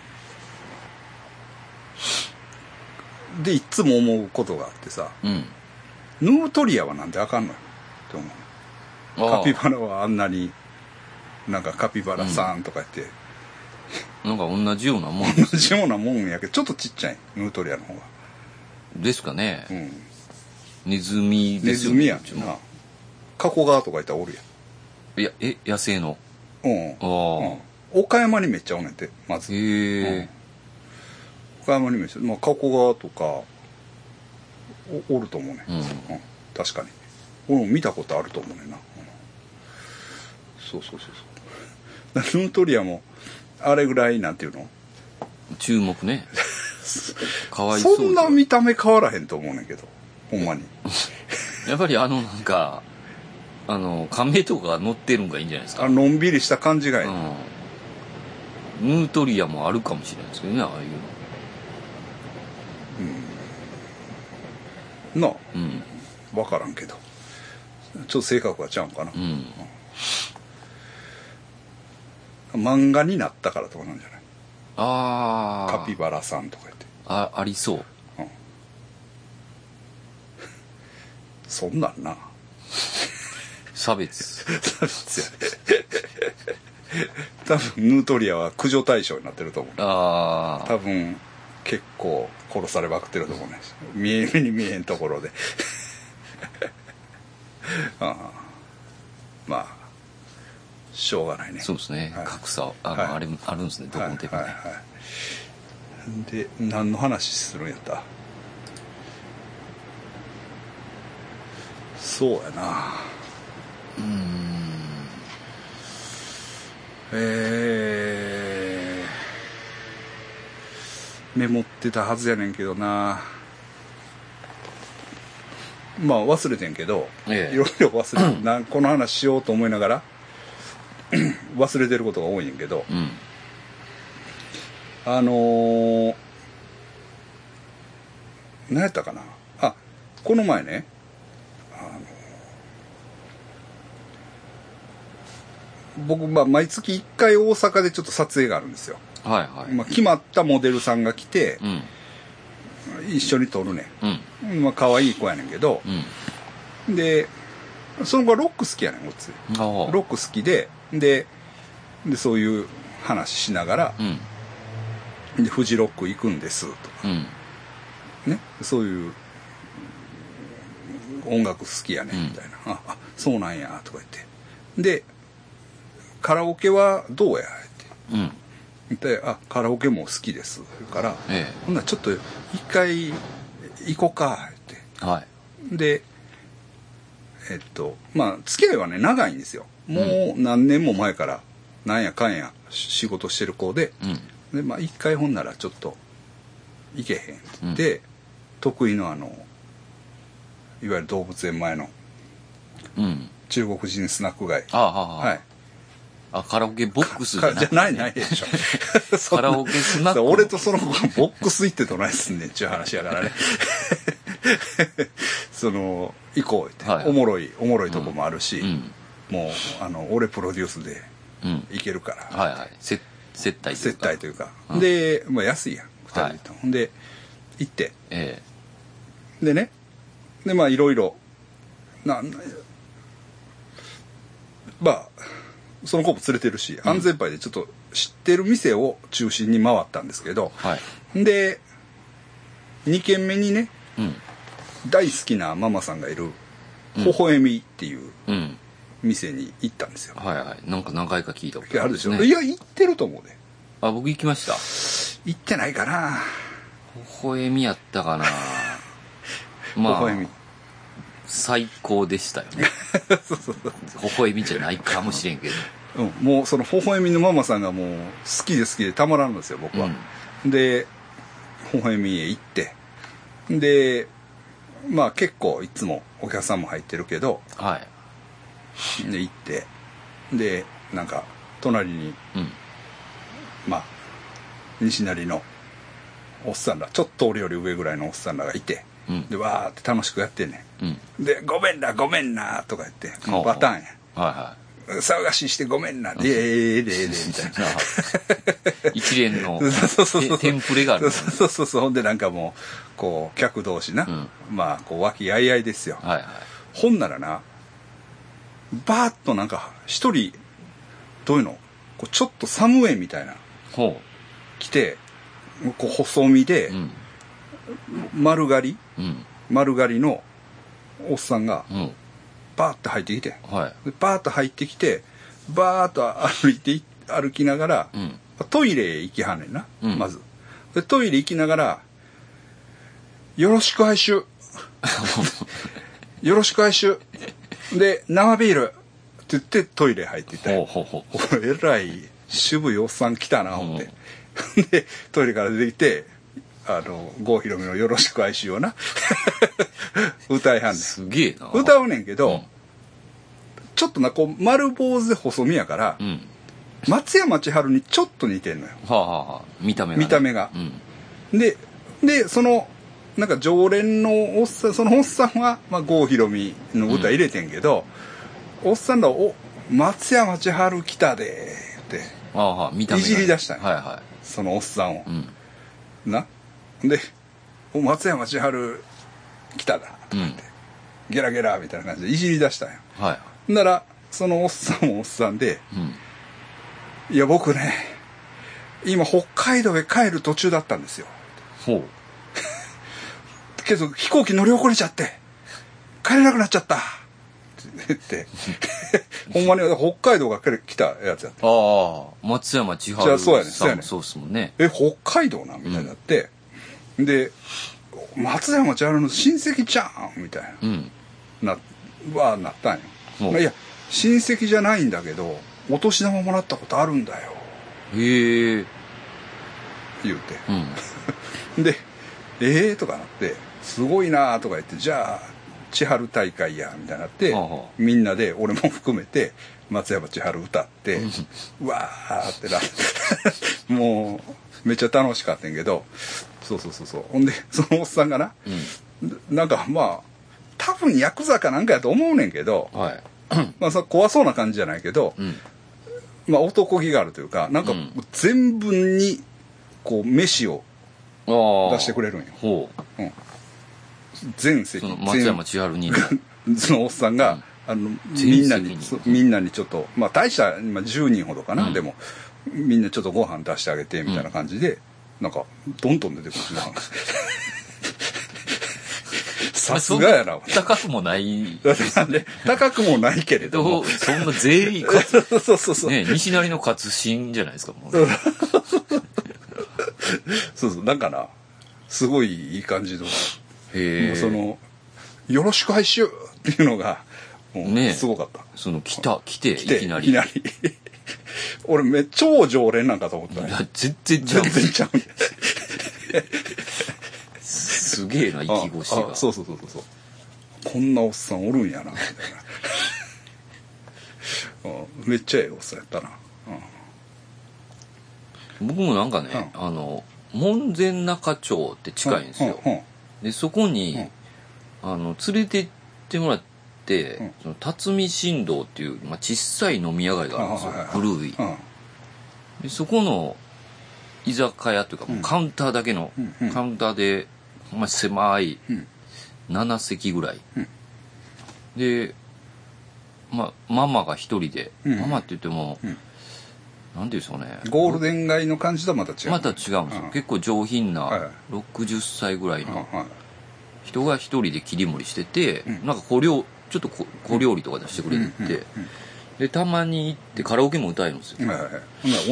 B: のでいつも思うことがあってさ、うん、ヌートリアはなんであかんのよって思う。カピバラはあんなになんかカピバラさんとか言って、
C: うん、なんか同じようなもん、
B: ね、同じようなもんやけどちょっとちっちゃいヌートリアの方が
C: ですかね、
B: うん、
C: ネズミですよね。
B: ネズミやんな。加古川とかいったらおるや
C: ん。いやえ野生の
B: うん、あうん、岡山にめっちゃおんねんてまず。へえ、うん、岡山にめっちゃ、まあ、加古川とか お, おると思うね、うんうん、確かに俺も見たことあると思うねんな、うん、そうそうそうそうヌートリアもあれぐらいなんていうの
C: 注目ねかわいそう。
B: そんな見た目変わらへんと思うねんけどほんまに
C: やっぱりあのなんかあの亀とか乗ってるんがいいんじゃないですか。
B: あのんびりした感じがいい、うん、
C: ヌートリアもあるかもしれないですけどね、ああいう
B: の、うん、なあ、うん、分からんけどちょっと性格がちゃうんかな、うんうん、漫画になったからとかなんじゃない？ああカピバラさんとか言って
C: あ, ありそう、うん、
B: そんなんな
C: 差別
B: 差別やね多分ヌートリアは駆除対象になってると思う。ああ多分結構殺されまくってると思うね見え目に見えへんところであまあしょうがないね。
C: そうですね、はい、格差あの、はい、あれあるんですねどこの手もね、はいはいはい、
B: で何の話するんやった？そうやなうーんえー、メモってたはずやねんけどなまあ忘れてんけど、ええ、いろいろ忘れてなこの話しようと思いながら忘れてることが多いんやけど、うん、あのー、何やったかなあこの前ね僕、まあ、毎月いっかい大阪でちょっと撮影があるんですよ。はいはい。まあ、決まったモデルさんが来て、うん、一緒に撮るね、うん。まあ、可愛い子やねんけど、うん、で、その子はロック好きやねん、こっち。ロック好きで、で、で、そういう話しながら、うん、で、フジロック行くんです、とか、うん、ね、そういう、音楽好きやねん、みたいな。うん、あ、あ、そうなんや、とか言って。で、カラオケはどうやって、 で、あ、カラオケも好きですから、
C: ええ、
B: ほんならちょっと一回行こうかって、
C: はい、
B: でえっとまあ付き合いはね長いんですよ。もう何年も前からなんやかんや仕事してる子で、うん、でまあ一回ほんならちょっと行けへんって言って、うん、得意のあのいわゆる動物園前の、うん、中国人スナック街、
C: ああ、はい、あ、カラオケボックスじゃない、
B: じゃないないでしょ
C: カラオケスナック、
B: 俺とその子がボックス行ってどないすんねんっていう話やからねその行こうって、はいはい、おもろいおもろいとこもあるし、うん、もうあの俺プロデュースで行けるから、
C: うん、はいはい、接待というか
B: 接待というか、うん、で、まあ、安いやんふたりと、はい、で行って、ええ、でねでまあいろいろなまあその子も連れてるし、安全牌でちょっと知ってる店を中心に回ったんですけど、はい、でに軒目にね、うん、大好きなママさんがいる微笑みっていう店に行ったんですよ、
C: うん、はいはい、なんか何回か聞いたこと
B: あるでしょ、ね、いや行ってると思うで。
C: あ、僕行きました。
B: 行ってないかな。
C: 微笑みやったかなまあ微笑み最高でしたよねそうそうそう、微笑みじゃないかもしれんけど、
B: うん、もうその微笑みのママさんがもう好きで好きでたまらんのですよ僕は、うん、で微笑みへ行って、でまあ結構いつもお客さんも入ってるけど、はい、で行ってでなんか隣に、うん、まあ西成のおっさんら、ちょっと俺より上ぐらいのおっさんらがいて、うん、でわーって楽しくやってんね、うん、でごめんなごめんなとか言ってパターンや、はいはい、騒がしいしてごめんなでええでええでみたい
C: な一連のテンプレがある、
B: そうそうそうそう、ほんでなんかもうこう客同士な、うん、まあこう和気あいあいですよ、はいはい、ほんならなバーッとなんか一人どういうのこうちょっとサムウェイみたいな来て、こう細身で、うん、丸刈り、うん、丸刈りのおっさんが、うん、バーッと入ってきて、はい、でバーッと入ってきてバーッと歩いて歩きながら、うん、トイレへ行きはんねんな、うん、まずでトイレ行きながらよろしく哀愁よろしく哀愁で生ビールって言ってトイレ入っていったよ。ほうほうほう、えらい渋いおっさん来たな思って、うん、でトイレから出てきてあの郷ひろみのよろしく哀愁をな歌いはんねん。
C: すげえな。
B: 歌うねんけど、うん、ちょっとなこう丸坊主で細身やから、うん、松山千春にちょっと似てんのよ、
C: はあはあ、見た目が、ね、
B: 見た目が、うん、ででそのなんか常連のおっさん、そのおっさんは、まあ、郷ひろみの歌入れてんけど、うん、おっさんらお松山千春来たでって
C: ああ見た目
B: いじり出したんや、
C: はいはい、
B: そのおっさんを、うん、なで松山千春来ただとかって、うん、ゲラゲラみたいな感じでいじり出したんや、はい、ならそのおっさんもおっさんで、うん、いや僕ね今北海道へ帰る途中だったんですよ。ほうけど飛行機乗り遅れちゃって帰れなくなっちゃったって言ってほんまに北海道が来たやつやった。
C: ああ松山千春
B: そうやねそうやね
C: そうっすもんね。
B: え北海道なんみたいになって、うん、で松山千春の親戚ちゃんみたいな、うん、なはなったんよ、まあ、いや親戚じゃないんだけどお年玉もらったことあるんだよ
C: へえ
B: 言うて、うん、でえーとかなってすごいなとか言ってじゃあ千春大会やみたいになって、はあはあ、みんなで俺も含めて松山千春歌ってうわーってなってもうめっちゃ楽しかったんやけどそうそうそうそうほんでそのおっさんがな、うん、なんかまあ多分ヤクザかなんかやと思うねんけど、はい、まあそ怖そうな感じじゃないけど、うん、まあ男気があるというかなんか全部にこう飯を出してくれるんよ。ほう、うん、全席
C: その松山千春に
B: そのおっさんが、うん、あのみんなにみんなにちょっとまあ大した今じゅうにんほどかな、うん、でもみんなちょっとご飯出してあげてみたいな感じで、うん、なんかどんどん出てくるさすがやな。
C: 高くもない
B: 高くもないけれども
C: そんな全員そうそうそう、ね、西成の勝新じゃないですかもう、ね、
B: そうそうだからすごいいい感じの
C: へえ。
B: そのよろしく拝集っていうのがもう
C: ね
B: すごかった、
C: その来た来て
B: 来て
C: いきなり
B: いきなり俺めっちゃ超常連なんかと思ったね。
C: いや全然ちゃう
B: 全然ちゃうね
C: すげえな息越しが。
B: ああそうそうそうそうこんなおっさんおるんやなみたいなうんめっちゃええおっさんやったな、うん、
C: 僕もなんかね、うん、あの門前仲町って近いんですよ、
B: うんうんうん、
C: でそこに、
B: うん、
C: あの連れて行ってもらって、うん、その辰巳新道っていう、まあ、小さい飲み屋街があるんですよ、はいはいはい、古い、うん、でそこの居酒屋というか、もうカウンターだけの、うん、カウンターで、まあ、狭いなな席ぐらい、うん、で、まあ、ママが一人で、うん、ママって言っても、うん、なんていうんですかね、
B: ゴールデン街の感じとはまた違う、
C: また違うんですよ、うん、結構上品なろくじゅっさいぐらいの人が一人で切り盛りしてて、うん、なんか小料ちょっと 小, 小料理とか出してくれてて、うんうんうん、でたまに行ってカラオケも歌えるんですよ、
B: はいはい、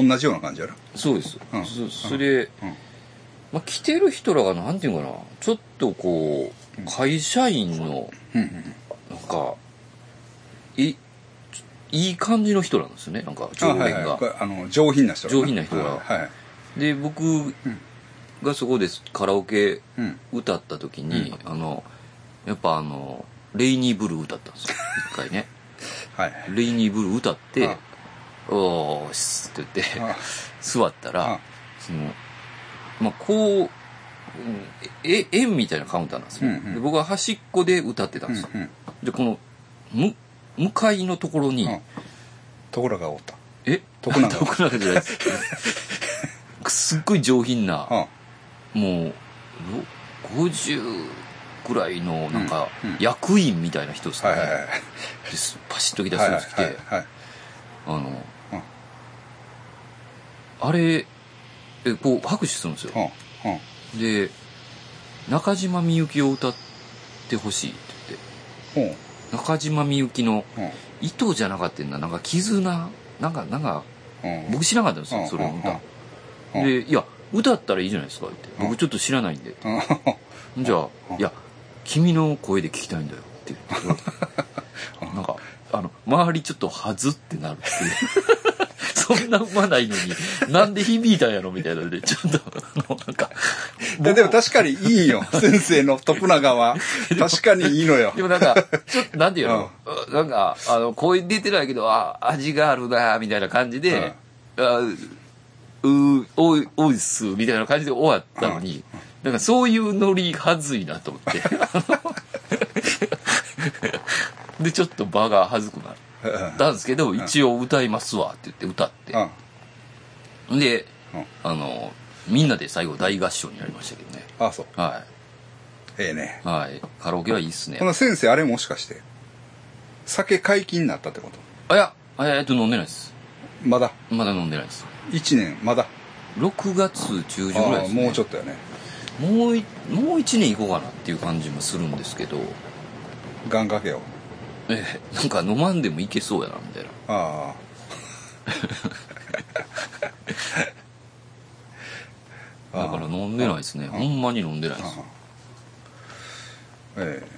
B: 同じような感じやな。
C: そうです、うん、そ, それ、うんまあ、来てる人らがなんていうかな、ちょっとこう会社員のなんかいいい感じの人なんですよね、なんか常連が、あ、はいはい、
B: あの上品な人
C: 上品な人が、はいはい、で僕がそこでカラオケ歌った時に、うん、あのやっぱあのレイニーブルー歌ったんですよ一回ねはい、レイニーブルー歌ってああおーしって言ってあ座ったらそのまあこうえ円みたいなカウンターなんですよ、うんうん、で僕は端っこで歌ってたんですよ、うんうん、でこのむ向かいのところに、うん、
B: ところがおった。
C: え徳永徳永じゃないですすっごい上品な、うん、もうごじゅうぐらいのなんか役員みたいな人ですかね、うんうんはいはいはい、でパシッと来たスーツ着て、はいはいはい、あの、うん、あれえこう拍手するんですよ、うんうん、で中島みゆきを歌ってほしいって言って、うん、中島みゆきの糸じゃなかったんだ、なんか絆なんかなんか、うん、僕知らなかったんですよ、うん、それを歌、うん、でいや歌ったらいいじゃないですかって、僕ちょっと知らないんでって、うん、じゃあいや君の声で聞きたいんだよって言ってなんかあの周りちょっとはずってなるっていうそんなうまないのになんで響いたんやろみたいなのでちょっとあのなんか
B: でも確かにいいよ先生の徳永は確かにいいのよ。
C: でもなんかちょっとなんていうの、うん、なんかあの声出てないけどあ味があるなみたいな感じで、うん、あうおいおいっすみたいな感じで終わったのに、うん、なんかそういうノリはずいなと思ってでちょっと場がはずくなったんですけど、うん、一応歌いますわって言って歌って、うん、で、うん、あのみんなで最後大合唱になりましたけどね。
B: ああそう
C: はい
B: ええね、
C: はい、カラオケはいいっすね。
B: この先生あれもしかして酒解禁になったってこと？
C: あいやえっと飲んでないです。
B: まだ
C: まだ飲んでないです。
B: いちねんまだ
C: ろくがつ中旬ぐらいですね。
B: もうちょっとやね。
C: もういもういちねん行こうかなっていう感じもするんですけど。
B: 願掛けを
C: えなんか飲まんでもいけそうやなみたいな。ああだから飲んでないですね。ほんまに飲んでないです。ええ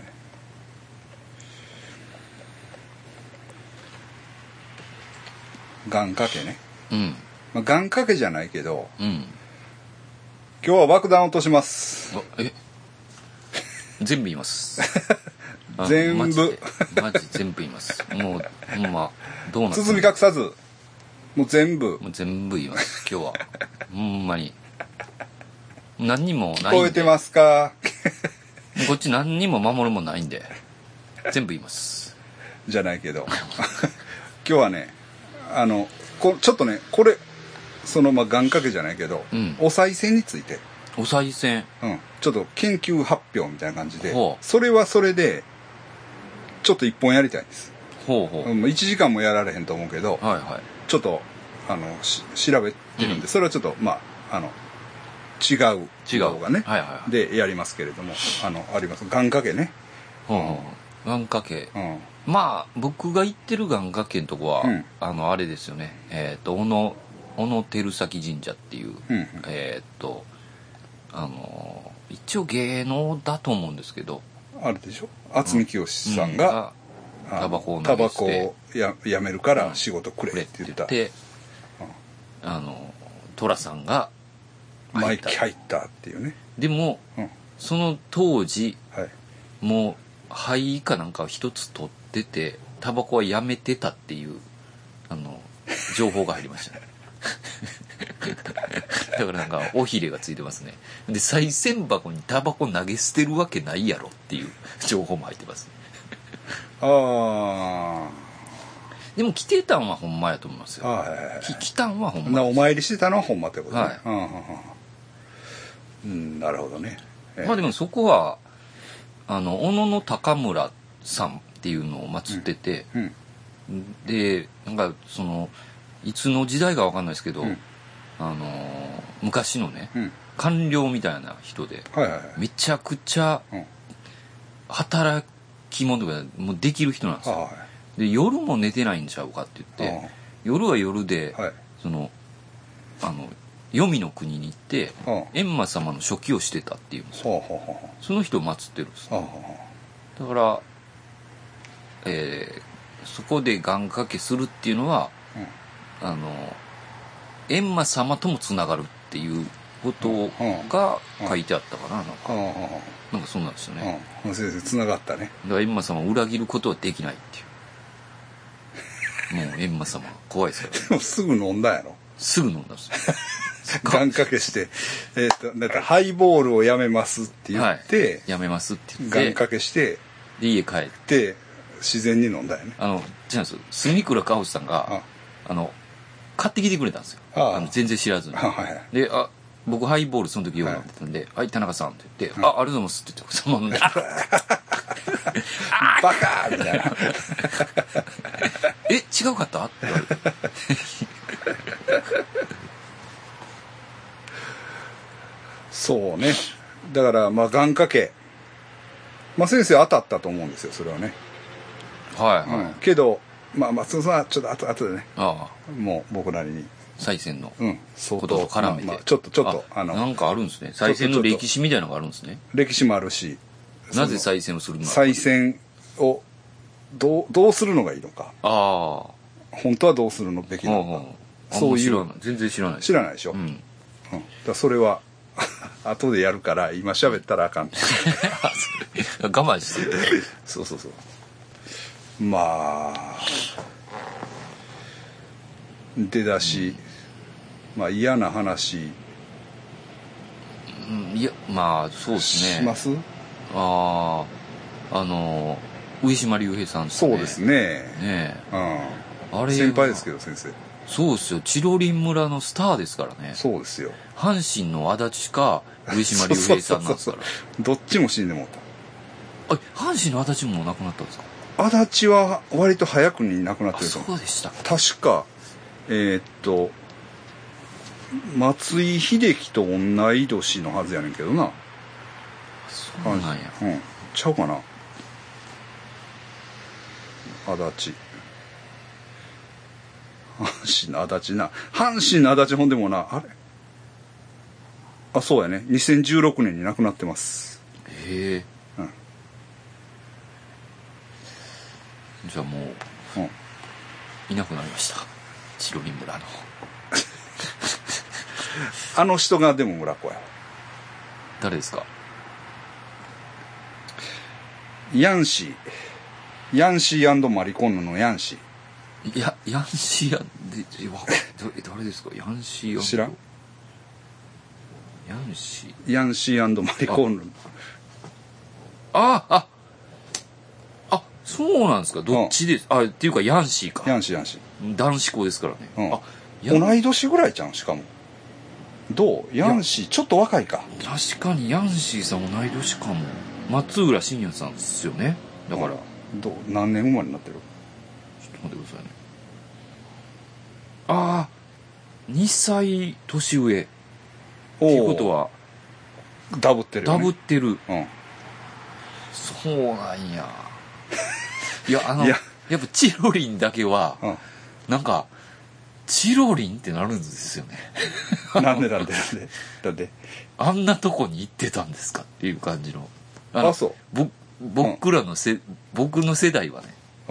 C: 願掛けね。うん。まあ、願掛けじゃないけど、うん、今日は爆弾落とします。え全部言います
B: 全部マジで
C: マジ全部言いますもうほんまどうなって
B: 包み隠さずもう全部
C: もう全部言います今日はほんまに何にもないんで。聞
B: こえてますか
C: こっち何にも守るもないんで全部言います
B: じゃないけど今日はねあのこちょっとねこれそのまあ願掛けじゃないけど、うん、お賽銭について
C: お賽銭、
B: うん、ちょっと研究発表みたいな感じでそれはそれでちょっと一本やりたいんです。ほうほう、うん、いちじかんもやられへんと思うけど、はいはい、ちょっとあの調べてるんで、うん、それはちょっとまああの違う動画ね、はいはいはい、でやりますけれどもあのあります願掛けね。
C: ほうほう願掛け、うん、まあ僕が言ってる願掛けのとこは、うん、あのあれですよねえっ、ー、と小野小野照崎神社っていう、
B: うんうん、
C: えー、っとあの一応芸能だと思うんですけど、
B: あれでしょ、渥美清さんが、
C: うん、タバコを
B: タバコを や, やめるから仕事くれって言った、
C: うん、って言って、うん、あの寅さんが
B: 入った入ったっていうね。
C: でも、うん、その当時、
B: はい、もう
C: 灰かなんかを一つ取っててタバコはやめてたっていうあの情報が入りましたねだからなんか尾ひれがついてますね。で賽銭箱にタバコ投げ捨てるわけないやろっていう情報も入ってます、ね、
B: ああ
C: でも来てたんはほんまやと思いますよ。
B: はいはいはい、
C: 来たんはほんま
B: お参りしてたのはほんまってことね。
C: はい、
B: うんうんうん、なるほどね。
C: えー、まあでもそこはあの小野の高村さんっていうのを祀ってて、うんうん、でなんかそのいつの時代かわかんないですけど、うん、あのー、昔のね、うん、官僚みたいな人で、
B: はいはいはい、
C: めちゃくちゃ働き者とかもうできる人なんですよ、はい、で夜も寝てないんちゃうかって言って、夜は夜で、はい、そのあの黄泉の国に行って閻魔様の書記をしてたっていうんですよ。その人を祀ってるんです。だから、えー、そこで願掛けするっていうのは、うん、あの閻魔様ともつながるっていうことが書いてあったかな、なんか、なんかそうなんですよね。
B: うん、先生つながったね。
C: だから閻魔様を裏切ることはできないっていう。もう閻魔様怖いですから、ね。
B: でもすぐ飲んだやろ。
C: すぐ飲んだんですよ。
B: 願掛けして、えー、となんかハイボールをやめますって言って、はい、
C: やめますって言って
B: 願掛けして
C: で家帰
B: って自然に飲んだよね。
C: あの違うんですよ、住倉かほしさんが あ, あの買ってきてくれたんですよ。ああの全然知らずに。あ、はいはい、であ僕ハイボールその時よう飲んでたんで「はい、はい、田中さん」って言って「うん、あありがとうございます」って言ってそのまま飲んで「
B: バカー!」みたいな
C: 「え違うかった?」って言われて
B: そうね。だからまあ願掛け、まあ先生当たったと思うんですよそれはね。
C: はいはい。うん、
B: けどまあ松尾さんはちょっと後後でね。
C: ああ
B: もう僕なりに
C: 賽銭の
B: こと
C: と絡めて、
B: まあまあ、ちょっとちょっと
C: あ, あのなんかあるんですね。賽銭の歴史みたいなのがあるんですね。
B: 歴史もあるし。
C: なぜ賽銭をするのか。
B: 賽銭をどうどうするのがいいのか。
C: ああ。
B: 本当はどうするのべきなのか。
C: ああそういう。全然知らない。
B: 知らないでしょ。うん。うん、だそれは。後でやるから今喋ったらあかん
C: 我慢してる
B: そうそうそうまあ出だし、うん、まあ嫌な話、
C: うん、いやまあそうですね
B: します
C: あああの上島竜兵さんですね。
B: そうですね
C: ね
B: え、うん、あれ先輩ですけど先生
C: そうですよ。チロリン村のスターですからね。
B: そうですよ。
C: 阪神の足立か上島竜兵さんなんですから。そうそうそうそう
B: どっちも死んでもう
C: た。あ、阪神の足立も亡くなったんですか。
B: 足立は割と早くに亡くなってると思う。
C: そうでした。
B: 確かえー、っと松井秀喜と同い年のはずやねんけどな。
C: そうなんや。
B: うん。ちゃうかな。足立。阪神の足立な。阪神の足立ほんでもな、あれあ、そうやね。にせんじゅうろくねんに亡くなってます。
C: へえ。うん。じゃあもう、うん、いなくなりました。チロリン村の。
B: あの人がでも村子や。
C: 誰ですか。
B: ヤンシー。ヤンシー&マリコンヌのヤンシー。
C: いや、ヤンシーやで、誰ですか。ヤンシー。
B: 知らん。
C: ヤンシ
B: ー。ヤンシー&マリコンヌ。
C: ああ、あ、そうなんですか。どっちです。あ、っていうかヤンシーか。
B: ヤンシーヤンシ
C: ー。男子校ですからね。
B: うん、あ、同い年ぐらいじゃんしかも。どう？ヤンシーちょっと若いか。
C: 確かにヤンシーさん同い年かも。松浦信也さんですよね。だから、
B: うん、どう何年生まれになってる？
C: ちょっと待ってくださいね。ああ、にさい年上。っていうことは
B: ダブってるよね。
C: ダブってる。うん。そうなんや。いやあのや, やっぱチロリンだけは、うん、なんかチロリンってなるんですよね。
B: なんでなんでなんでなんで
C: あんなとこに行ってたんですかっていう感じの。あ
B: のあそう
C: ぼ僕らのせ、うん、僕の世代はね。
B: あ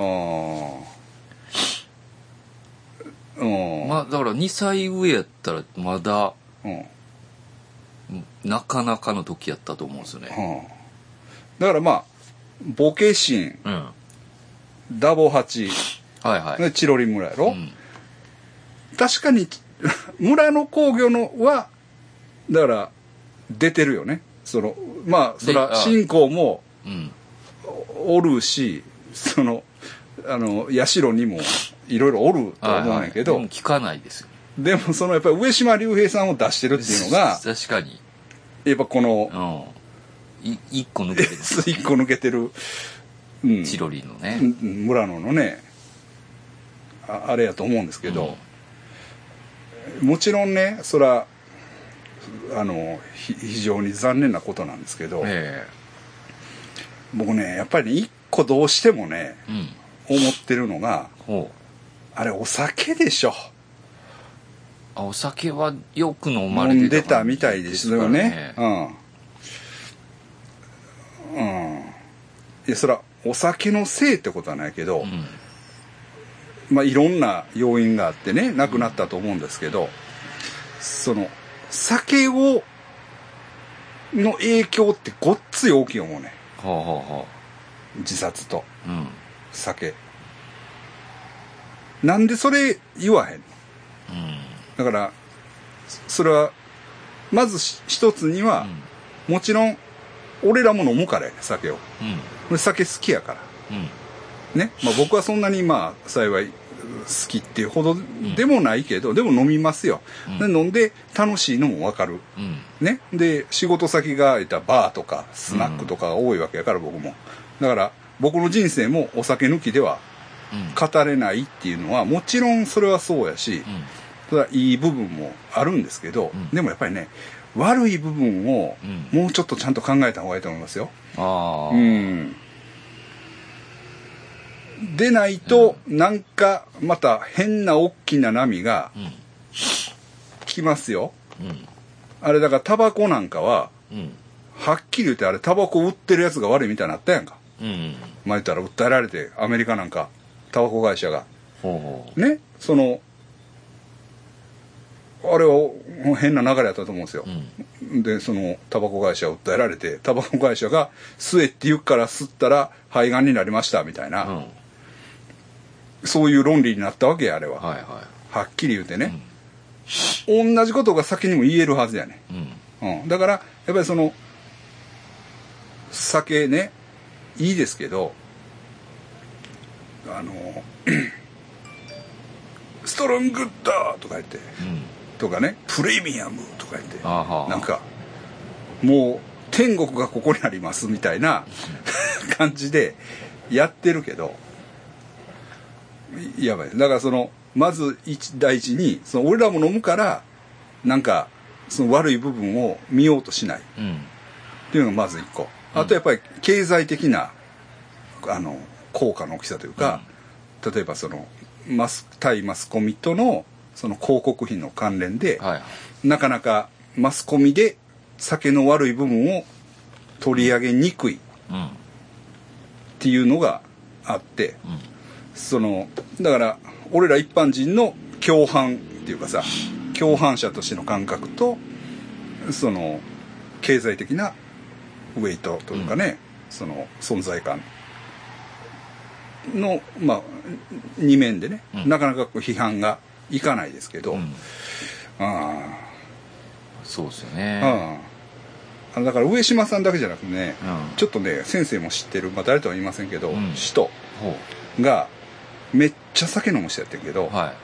B: あうん
C: まあだからにさい上やったらまだ、うん、なかなかの時やったと思うんですよね。
B: うん、だからまあボケシン、うん、ダボハチ、はいはい、チロリン村やろ、うん、確かに村の工業のはだから出てるよね。そのまあそら信仰もおるし、そのあの社にもいろいろおると思うんやけど、はいはい、
C: でも聞かないですよ。
B: でもそのやっぱり上島竜兵さんを出してるっていうのが
C: 確かに
B: やっぱこの、
C: うん、い一個抜けてる、ね、
B: 一個抜けてる、
C: うん、チロリンのね
B: 村野のね あ, あれやと思うんですけど、うん、もちろんねそらあの非常に残念なことなんですけど、えー、僕ねやっぱりね一個どうしてもね、うん、思ってるのがあれお酒でしょ。
C: あお酒はよく飲まれてた、ね、
B: 飲んでたみたいですよね。うんうん、いやそらお酒のせいってことはないけど、うん、まあいろんな要因があってね亡くなったと思うんですけど、うん、その酒をの影響ってごっつい大きい思うね。はあはあはあ、自殺と、うん、酒なんでそれ言わへんの、うん、だからそれはまず一つには、うん、もちろん俺らも飲むからやね酒を、うん、酒好きやから、うん、ね、まあ、僕はそんなにまあ幸い好きっていうほどでもないけど、うん、でも飲みますよ、うん、で飲んで楽しいのも分かる、うん、ね、で仕事先がいたバーとかスナックとかが多いわけやから僕もだから僕の人生もお酒抜きでは語れないっていうのはもちろんそれはそうやし、うん、それはいい部分もあるんですけど、うん、でもやっぱりね悪い部分をもうちょっとちゃんと考えた方がいいと思いますよ。あ、うん、でないとなんかまた変な大きな波が来ますよ、うん、あれだからタバコなんかは、うん、はっきり言ってあれタバコ売ってるやつが悪いみたいになったやんか、うん、前言ったら訴えられてアメリカなんかタバコ会社がほうほうねそのあれは変な流れやったと思うんですよ、うん、でそのタバコ会社を訴えられてタバコ会社が吸えって言うから吸ったら肺がんになりましたみたいな、うん、そういう論理になったわけやあれは、はいはい、はっきり言うてね、うん、同じことが先にも言えるはずやね、うんうん、だからやっぱりその酒ねいいですけどあのストロングッドとか言って、うんとかね、プレミアムとか言ってなんかもう天国がここにありますみたいな感じでやってるけどやばいだからそのまず一第一にその俺らも飲むからなんかその悪い部分を見ようとしない、うん、っていうのがまず一個、うん、あとやっぱり経済的なあの効果の大きさというか、うん、例えばそのマス対マスコミとのその広告費の関連で、はい、なかなかマスコミで酒の悪い部分を取り上げにくいっていうのがあって、うん、そのだから俺ら一般人の共犯っていうかさ共犯者としての感覚とその経済的なウェイトというかね、うん、その存在感のまあ二面でね、うん、なかなか批判がいかないですけど、うん、あ
C: そうですよね、
B: あだから上島さんだけじゃなくてね、うん、ちょっとね先生も知ってる、まあ、誰とは言いませんけど、うん、人がめっちゃ酒飲む人やってるけど、はい、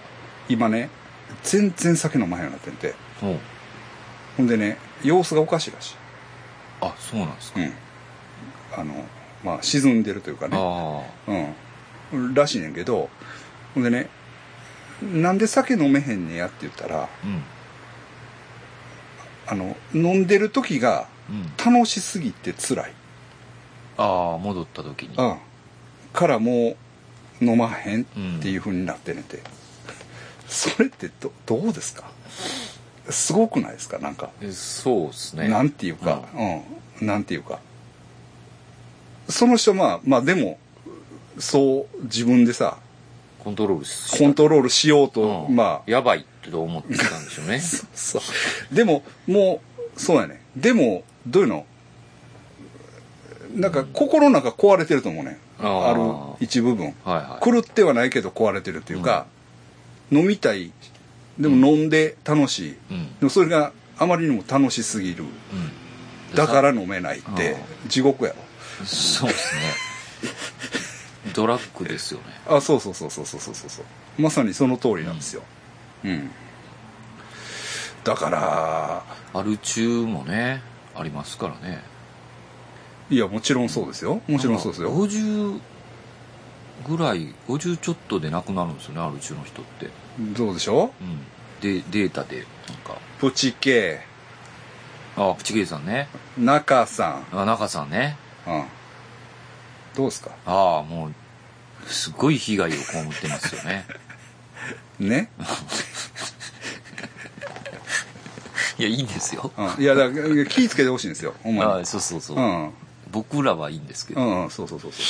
B: 今ね全然酒飲まへんようになってんて、ほんでね様子がおかしいらしい。
C: あ、そうなんですか。うん、
B: あのまあ沈んでるというかね、うん、らしいねんけど、ほんでねなんで酒飲めへんねやって言ったら、うん、あの飲んでる時が楽しすぎて辛い、
C: うん、ああ戻った時に、
B: うん、からもう飲まへんっていう風になってねて、うん、 それってどどうですか？すごくないですか？なんか
C: そうですね。
B: なんていうか、うん、うん、なんていうか、その人まあまあでもそう自分でさ
C: コントロールし
B: コントロールしようと、
C: うん、
B: まあ
C: やばいって思ってたんでしょうね。
B: そうそうでももうそうやね。でもどういうの、なんか心の中壊れてると思うね。ある一部分、はいはい、狂ってはないけど壊れてるというか、うん、飲みたいでも飲んで楽しい、うん、でもそれがあまりにも楽しすぎる、うん、だから飲めないって地獄やろ。
C: そうですね。ドラッグですよね。
B: あ、そうそうそうそうそうそうそう、まさにその通りなんですよ。うん、うん、だから
C: アル中もねありますからね。
B: いやもちろんそうですよ、もちろんそうですよ。
C: ごじゅうぐらいごじゅうちょっとで亡くなるんですよね、アル中の人って。
B: どうでしょう、
C: うん、でデータでなんか
B: プチケ
C: イ、あプチケイさんね、
B: 中さん、
C: あ中さんね、
B: うん、どうですか？
C: ああもうすごい被害を被ってますよね。
B: ね。
C: いやいいんですよ、
B: うん、いやだから気ぃつけてほしいんですよほんまに。
C: あそうそうそう、
B: うん、
C: 僕らはいいんですけど、
B: うん、そうそうそうそう、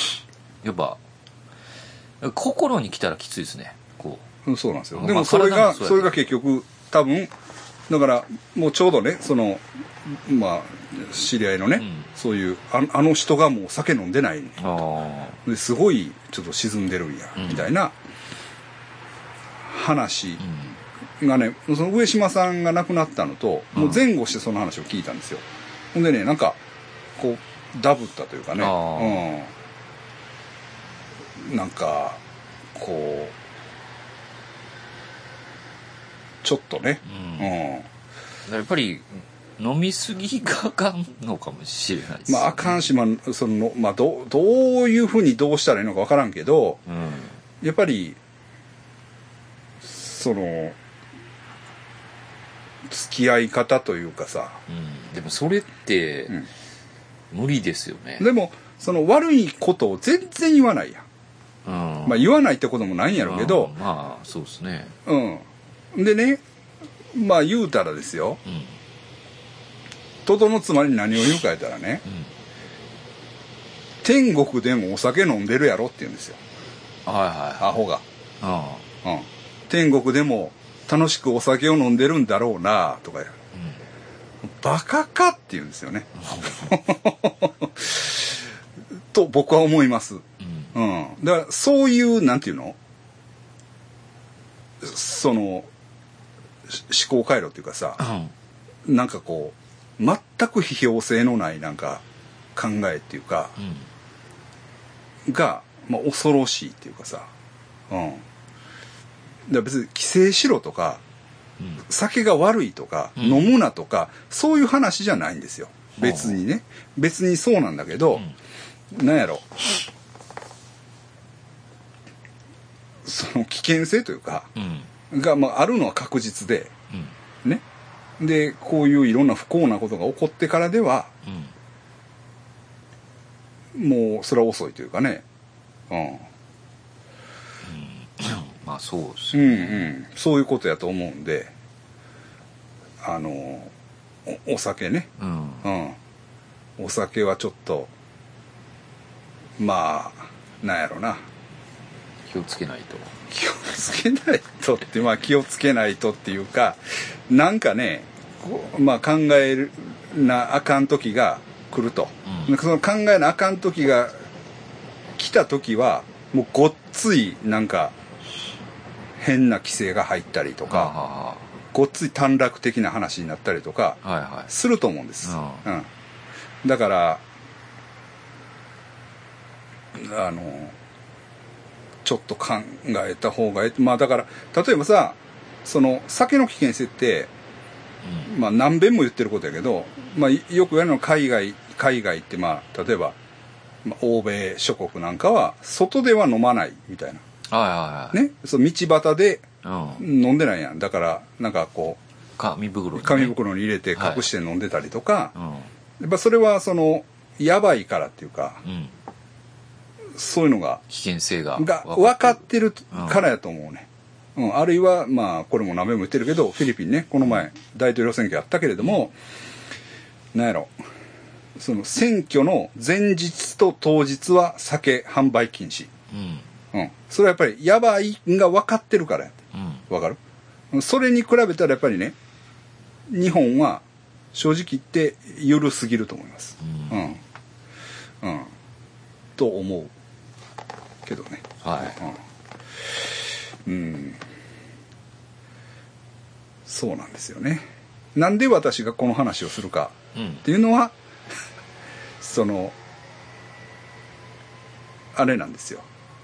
C: やっぱ心に来たらきついですねこ
B: う、うん、そうなんですよ。でもそれがそれが結局多分だからもうちょうどねそのまあ知り合いのね、うん、そういう あ, あの人がもう酒飲んでない、ね、あですごいちょっと沈んでるんや、うん、みたいな話がね、その上島さんが亡くなったのと、うん、もう前後してその話を聞いたんですよ。ほんでねなんかこうダブったというかね、うん、なんかこうちょっとね、うん
C: うん、やっぱり飲みすぎがあかんのかもしれないですね。
B: まああかんし、まあそのまあ、ど, どういうふうにどうしたらいいのか分からんけど、うん、やっぱりその付き合い方というかさ、
C: うん、でもそれって無理ですよね、
B: うん、でもその悪いことを全然言わないやん、うん、まあ言わないってこともないんやろうけど、
C: うん、まあそうですね、
B: うん、でねまあ言うたらですよ、うん、とどのつまり何を言うかやったらね、うん、天国でもお酒飲んでるやろって言うんですよ、
C: はいはい、
B: アホが、
C: うん
B: うん、天国でも楽しくお酒を飲んでるんだろうなとか、うん、バカかって言うんですよねと僕は思います、うんうん、だからそういうなんていうのその思考回路っていうかさ、うん、なんかこう全く批評性のないなんか考えっていうか、うん、が、まあ、恐ろしいっていうかさ、うんだから別に規制しろとか、うん、酒が悪いとか、うん、飲むなとかそういう話じゃないんですよ別にね、別にそうなんだけど、うん、なんやろその危険性というか、うん、が、まあ、あるのは確実で、うん、ねでこういういろんな不幸なことが起こってからでは、うん、もうそれは遅いというかねうん
C: まあそうですね、うん
B: うん、そういうことやと思うんであの お, お酒ね、うんうん、お酒はちょっとまあなんやろな
C: 気をつけないと
B: 気をつけないとってまあ気をつけないとっていうかなんかねまあ考えなあかん時が来ると、うん、その考えなあかん時が来た時はもうごっついなんか変な規制が入ったりとか、はあはあ、ごっつい短絡的な話になったりとかすると思うんです、はいはいうん、だからあのちょっと考えた方がいいまあだから例えばさその酒の危険性って、うんまあ、何遍も言ってることやけど、まあ、よく言われるのは海外海外ってまあ例えば、まあ、欧米諸国なんかは外では飲まないみたいな
C: はいはいはい、
B: ね、そう道端で飲んでないやんだからなんかこう
C: 紙袋に、ね、
B: 紙袋に入れて隠して飲んでたりとか、はいうん、やっぱそれはそのやばいからっていうか、うん、そういうのが
C: 危険性が
B: が分かってるからやと思うね、 うん、あるいはまあこれも何べんも言ってるけどフィリピンねこの前大統領選挙あったけれども、なんやろその選挙の前日と当日は酒販売禁止、うんうん、それはやっぱりやばいが分かってるからや、うん、分かる。それに比べたらやっぱりね日本は正直言って緩すぎると思います、うんうんうん、と思うけどね、はいうんうん、そうなんですよね。なんで私がこの話をするかっていうのは、うん、そのあれなんですよ。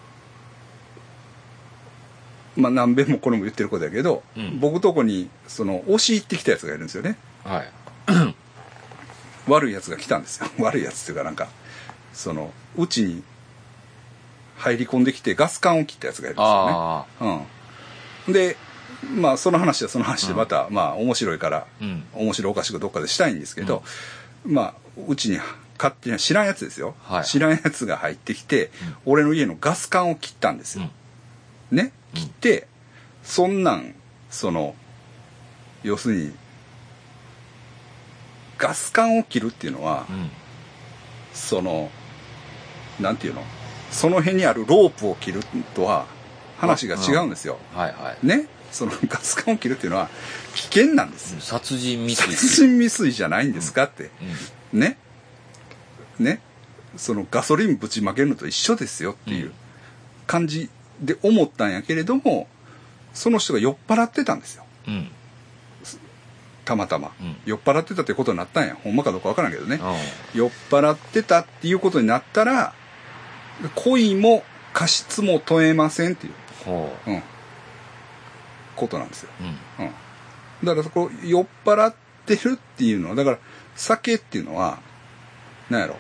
B: まあ何遍もこれも言ってることだけど、うん、僕とこにその押し入ってきたやつがいるんですよね、はい、悪いやつが来たんですよ。悪いやつっていうかなんかそのうちに入り込んできてガス管を切ったやつがいるんですよね、うん、でまあその話はその話でまた、うん、まあ面白いから、うん、面白おかしくどっかでしたいんですけど、うん、まあうちに勝手に知らんやつですよ、はい、知らんやつが入ってきて、うん、俺の家のガス管を切ったんですよ、うん、ね切って、うん、そんなんその要するにガス管を切るっていうのは、うん、そのなんていうのその辺にあるロープを切るとは話が違うんですよ、うんはいはい、ねそのガス管を切るっていうのは危険なんですよ。
C: 殺人未遂
B: 殺人未遂じゃないんですかって、うんうん、ねねそのガソリンぶちまけるのと一緒ですよっていう感じで思ったんやけれども、その人が酔っ払ってたんですよ、うん、たまたま、うん、酔っ払ってたってことになったんや。ほんまかどうかわからんけどね、酔っ払ってたっていうことになったら故意も過失も問えませんっていう、うん、ことなんですよ、うんうん、だからそこ酔っ払ってるっていうのはだから酒っていうのは何やろ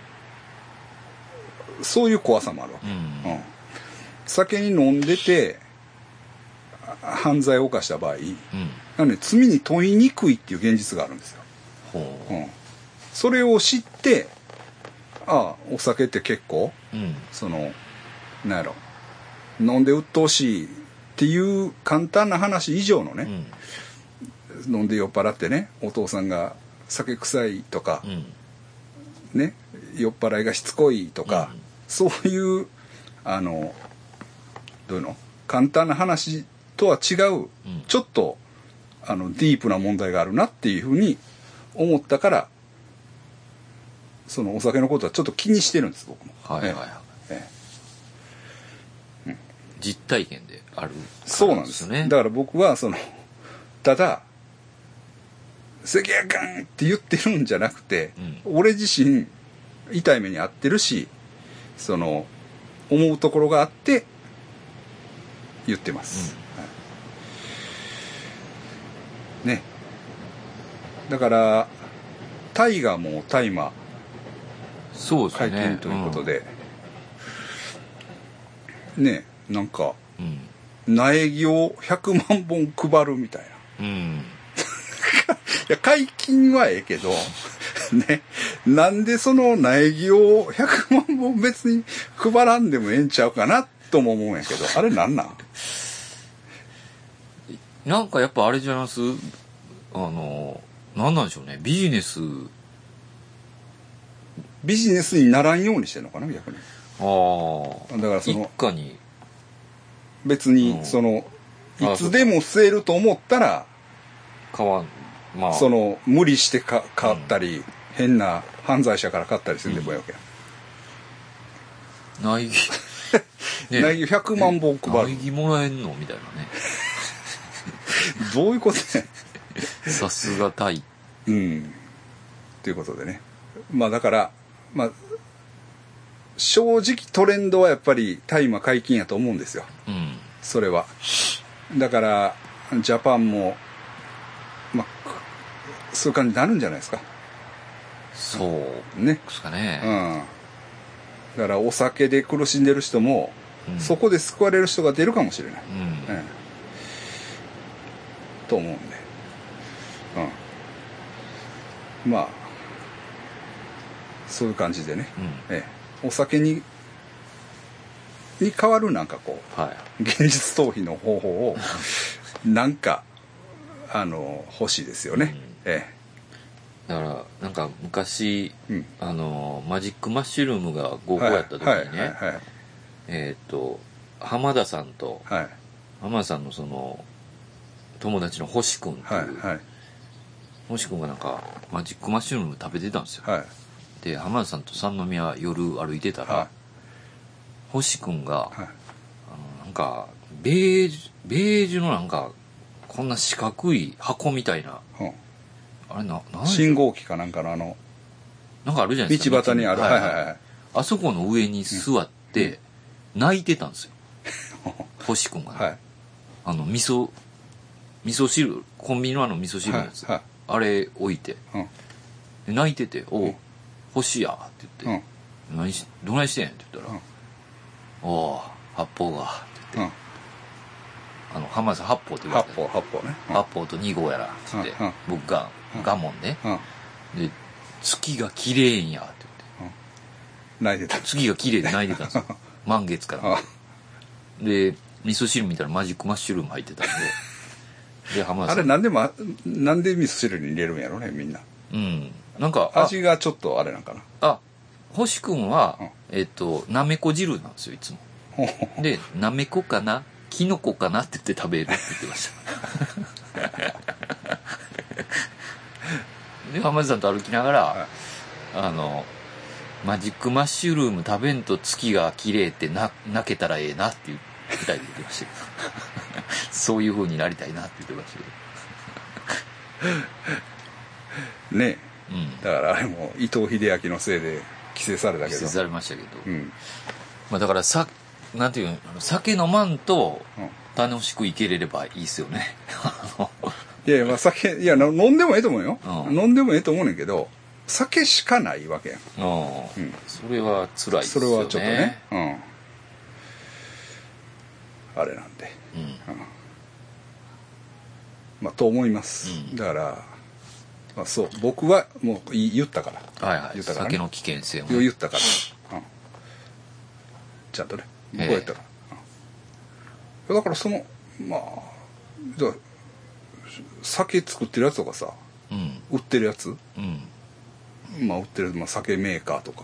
B: そういう怖さもあるわけ、うんうん、酒に飲んでて犯罪を犯した場合、うん、なので罪に問いにくいっていう現実があるんですよ、うん、それを知ってああお酒って結構、うん、その何やろ飲んで鬱陶しいっていう簡単な話以上のね、うん、飲んで酔っ払ってねお父さんが酒臭いとか、うん、ね酔っ払いがしつこいとか、うん、そういうあのどういうの簡単な話とは違う、うん、ちょっとあのディープな問題があるなっていうふうに思ったからそのお酒のことはちょっと気にしてるんです僕も。はいはいはい。え
C: えうん、実体験である、ね。
B: そうなんですね。だから僕はそのただ関谷君って言ってるんじゃなくて、うん、俺自身痛い目に遭ってるしその思うところがあって言ってます。うんはい、ね。だから大河も大麻
C: そうですね、
B: 解禁ということで、うん、ねなんか、うん、苗木をひゃくまんぼん配るみたいな、うん、いや解禁はええけどねなんでその苗木をひゃくまんぼん別に配らんでもええんちゃうかなとも思うんやけどあれなんなん
C: なんかやっぱあれじゃいますあのなんなんでしょうねビジネス
B: ビジネスにならんようにしてるのかな逆に。
C: ああ。
B: だからその
C: 一家に
B: 別にその、うん、いつでも吸えると思ったら
C: 買わんまあ
B: その無理してか買ったり、うん、変な犯罪者から買ったりするんでもいいわけや。
C: 苗木
B: 苗木ひゃくまんぼん配る。
C: 苗木もらえんのみたいなね。
B: どういうことね。
C: さすがタイ。
B: うん。ということでね。まあだから。まあ、正直トレンドはやっぱり大麻解禁やと思うんですよ、うん、それはだからジャパンも、まあ、そういう感じになるんじゃないですか。
C: そうですかね、
B: うん、だからお酒で苦しんでる人も、うん、そこで救われる人が出るかもしれない、うんうん、と思うんで、うん、まあそういう感じでね、うんええ、お酒にに代わるなんかこう、
C: はい、
B: 現実逃避の方法をなんかあの欲しいですよね、うん、え
C: え、だからなんか昔、うん、あのマジックマッシュルームが合コンやった時にね、はいはいはいはい、えっ、ー、と浜田さんと、はい、浜田さんのその友達の星君っていう、はいはい、星君がなんかマジックマッシュルーム食べてたんですよ、はい、で浜田さんと三宮夜歩いてたら、はい、星君が、はい、あのなんかベージュベージュのなんかこんな四角い箱みたいな、うん、あれな何
B: 信号機かなんかのあの
C: なんかあるじゃないです
B: か道端にある、はいはいはい、
C: あそこの上に座って泣いてたんですよ、うん、星君が、ね、はい、あの味噌味噌汁コンビニのあの味噌汁のやつ、はいはい、あれ置いて、うん、で泣いてて「おう、うん、星や」って言って「うん、何しどないしてん?」って言ったら「うん、おお八方が」って言って、うん、あの浜田さん八方って言われて
B: 八方八方ね、
C: うん、八方と二号やらっつって、うん、僕が我慢ね、うん、で月が綺麗んやって言って、
B: うん、泣いてた
C: 月が綺麗で泣いてたんですよ満月からで味噌汁見たらマジックマッシュルーム入ってたんでで浜田さん
B: あれなんでもなんで味噌汁に入れるんやろねみんな、
C: うん、なんか
B: 味がちょっとあれなんかな
C: あ星くんは、うん、えっとなめこ汁なんですよいつもでなめこかなきのこかなって言って食べるって言ってましたで浜田さんと歩きながら、はい、あのマジックマッシュルーム食べんと月が綺麗ってな泣けたらええなっていうみたいで言ってましたけどそういう風になりたいなって言ってましたけど
B: ねえ、うん、だからあれも伊藤英明のせいで規制されたけど
C: 規制されましたけど、うん、まあ、だからさなんていうの酒飲まんと楽しくいけれればいいですよね
B: いやいや、まあ、酒いや飲んでもええと思うよ、うん、飲んでもええと思うねんけど酒しかないわけやん、
C: うん、それは辛いですよね。
B: それはちょっとね、うん、あれなんで、うんうん、まあと思います、うん、だから、まあ、そう僕はもう言ったから、
C: はいはい、
B: 言ったから、ね、
C: 酒の危険性を、
B: ね、言ったから、うん、ちゃんとね僕は言ったから、えー、だからそのまあじゃあ酒作ってるやつとかさ、うん、売ってるやつ、うん、まあ売ってる、まあ、酒メーカーとか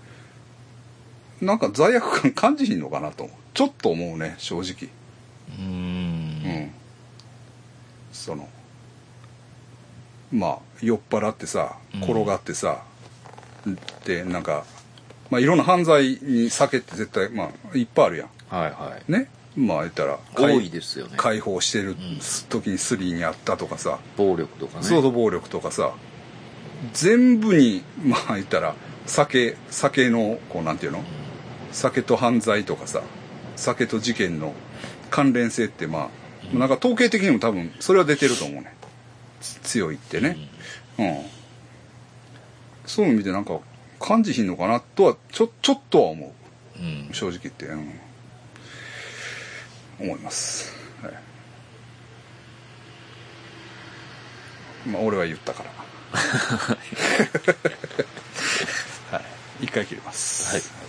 B: なんか罪悪感感じひんのかなとちょっと思うね正直。うーん、うん、そのまあ酔っ払ってさ転がってさ、うん、でなんかまあいろんな犯罪に酒って絶対まあいっぱいあるやん、
C: はいはい、
B: ね、まあ言ったら
C: 多いですよね。
B: 解放してる時にスリーにあったとかさ、
C: 暴力とかね、
B: そうそう暴力とかさ全部にまあ言ったら酒酒のこうなんていうの、うん、酒と犯罪とかさ酒と事件の関連性ってまあ、うん、なんか統計的にも多分それは出てると思うね強いってね、うん、うん、そういう意味でなんか感じひんのかなとはちょちょっとは思う、うん、正直言って、うん、思います、はい、まあ俺は言ったからはい、一回切ります、はい。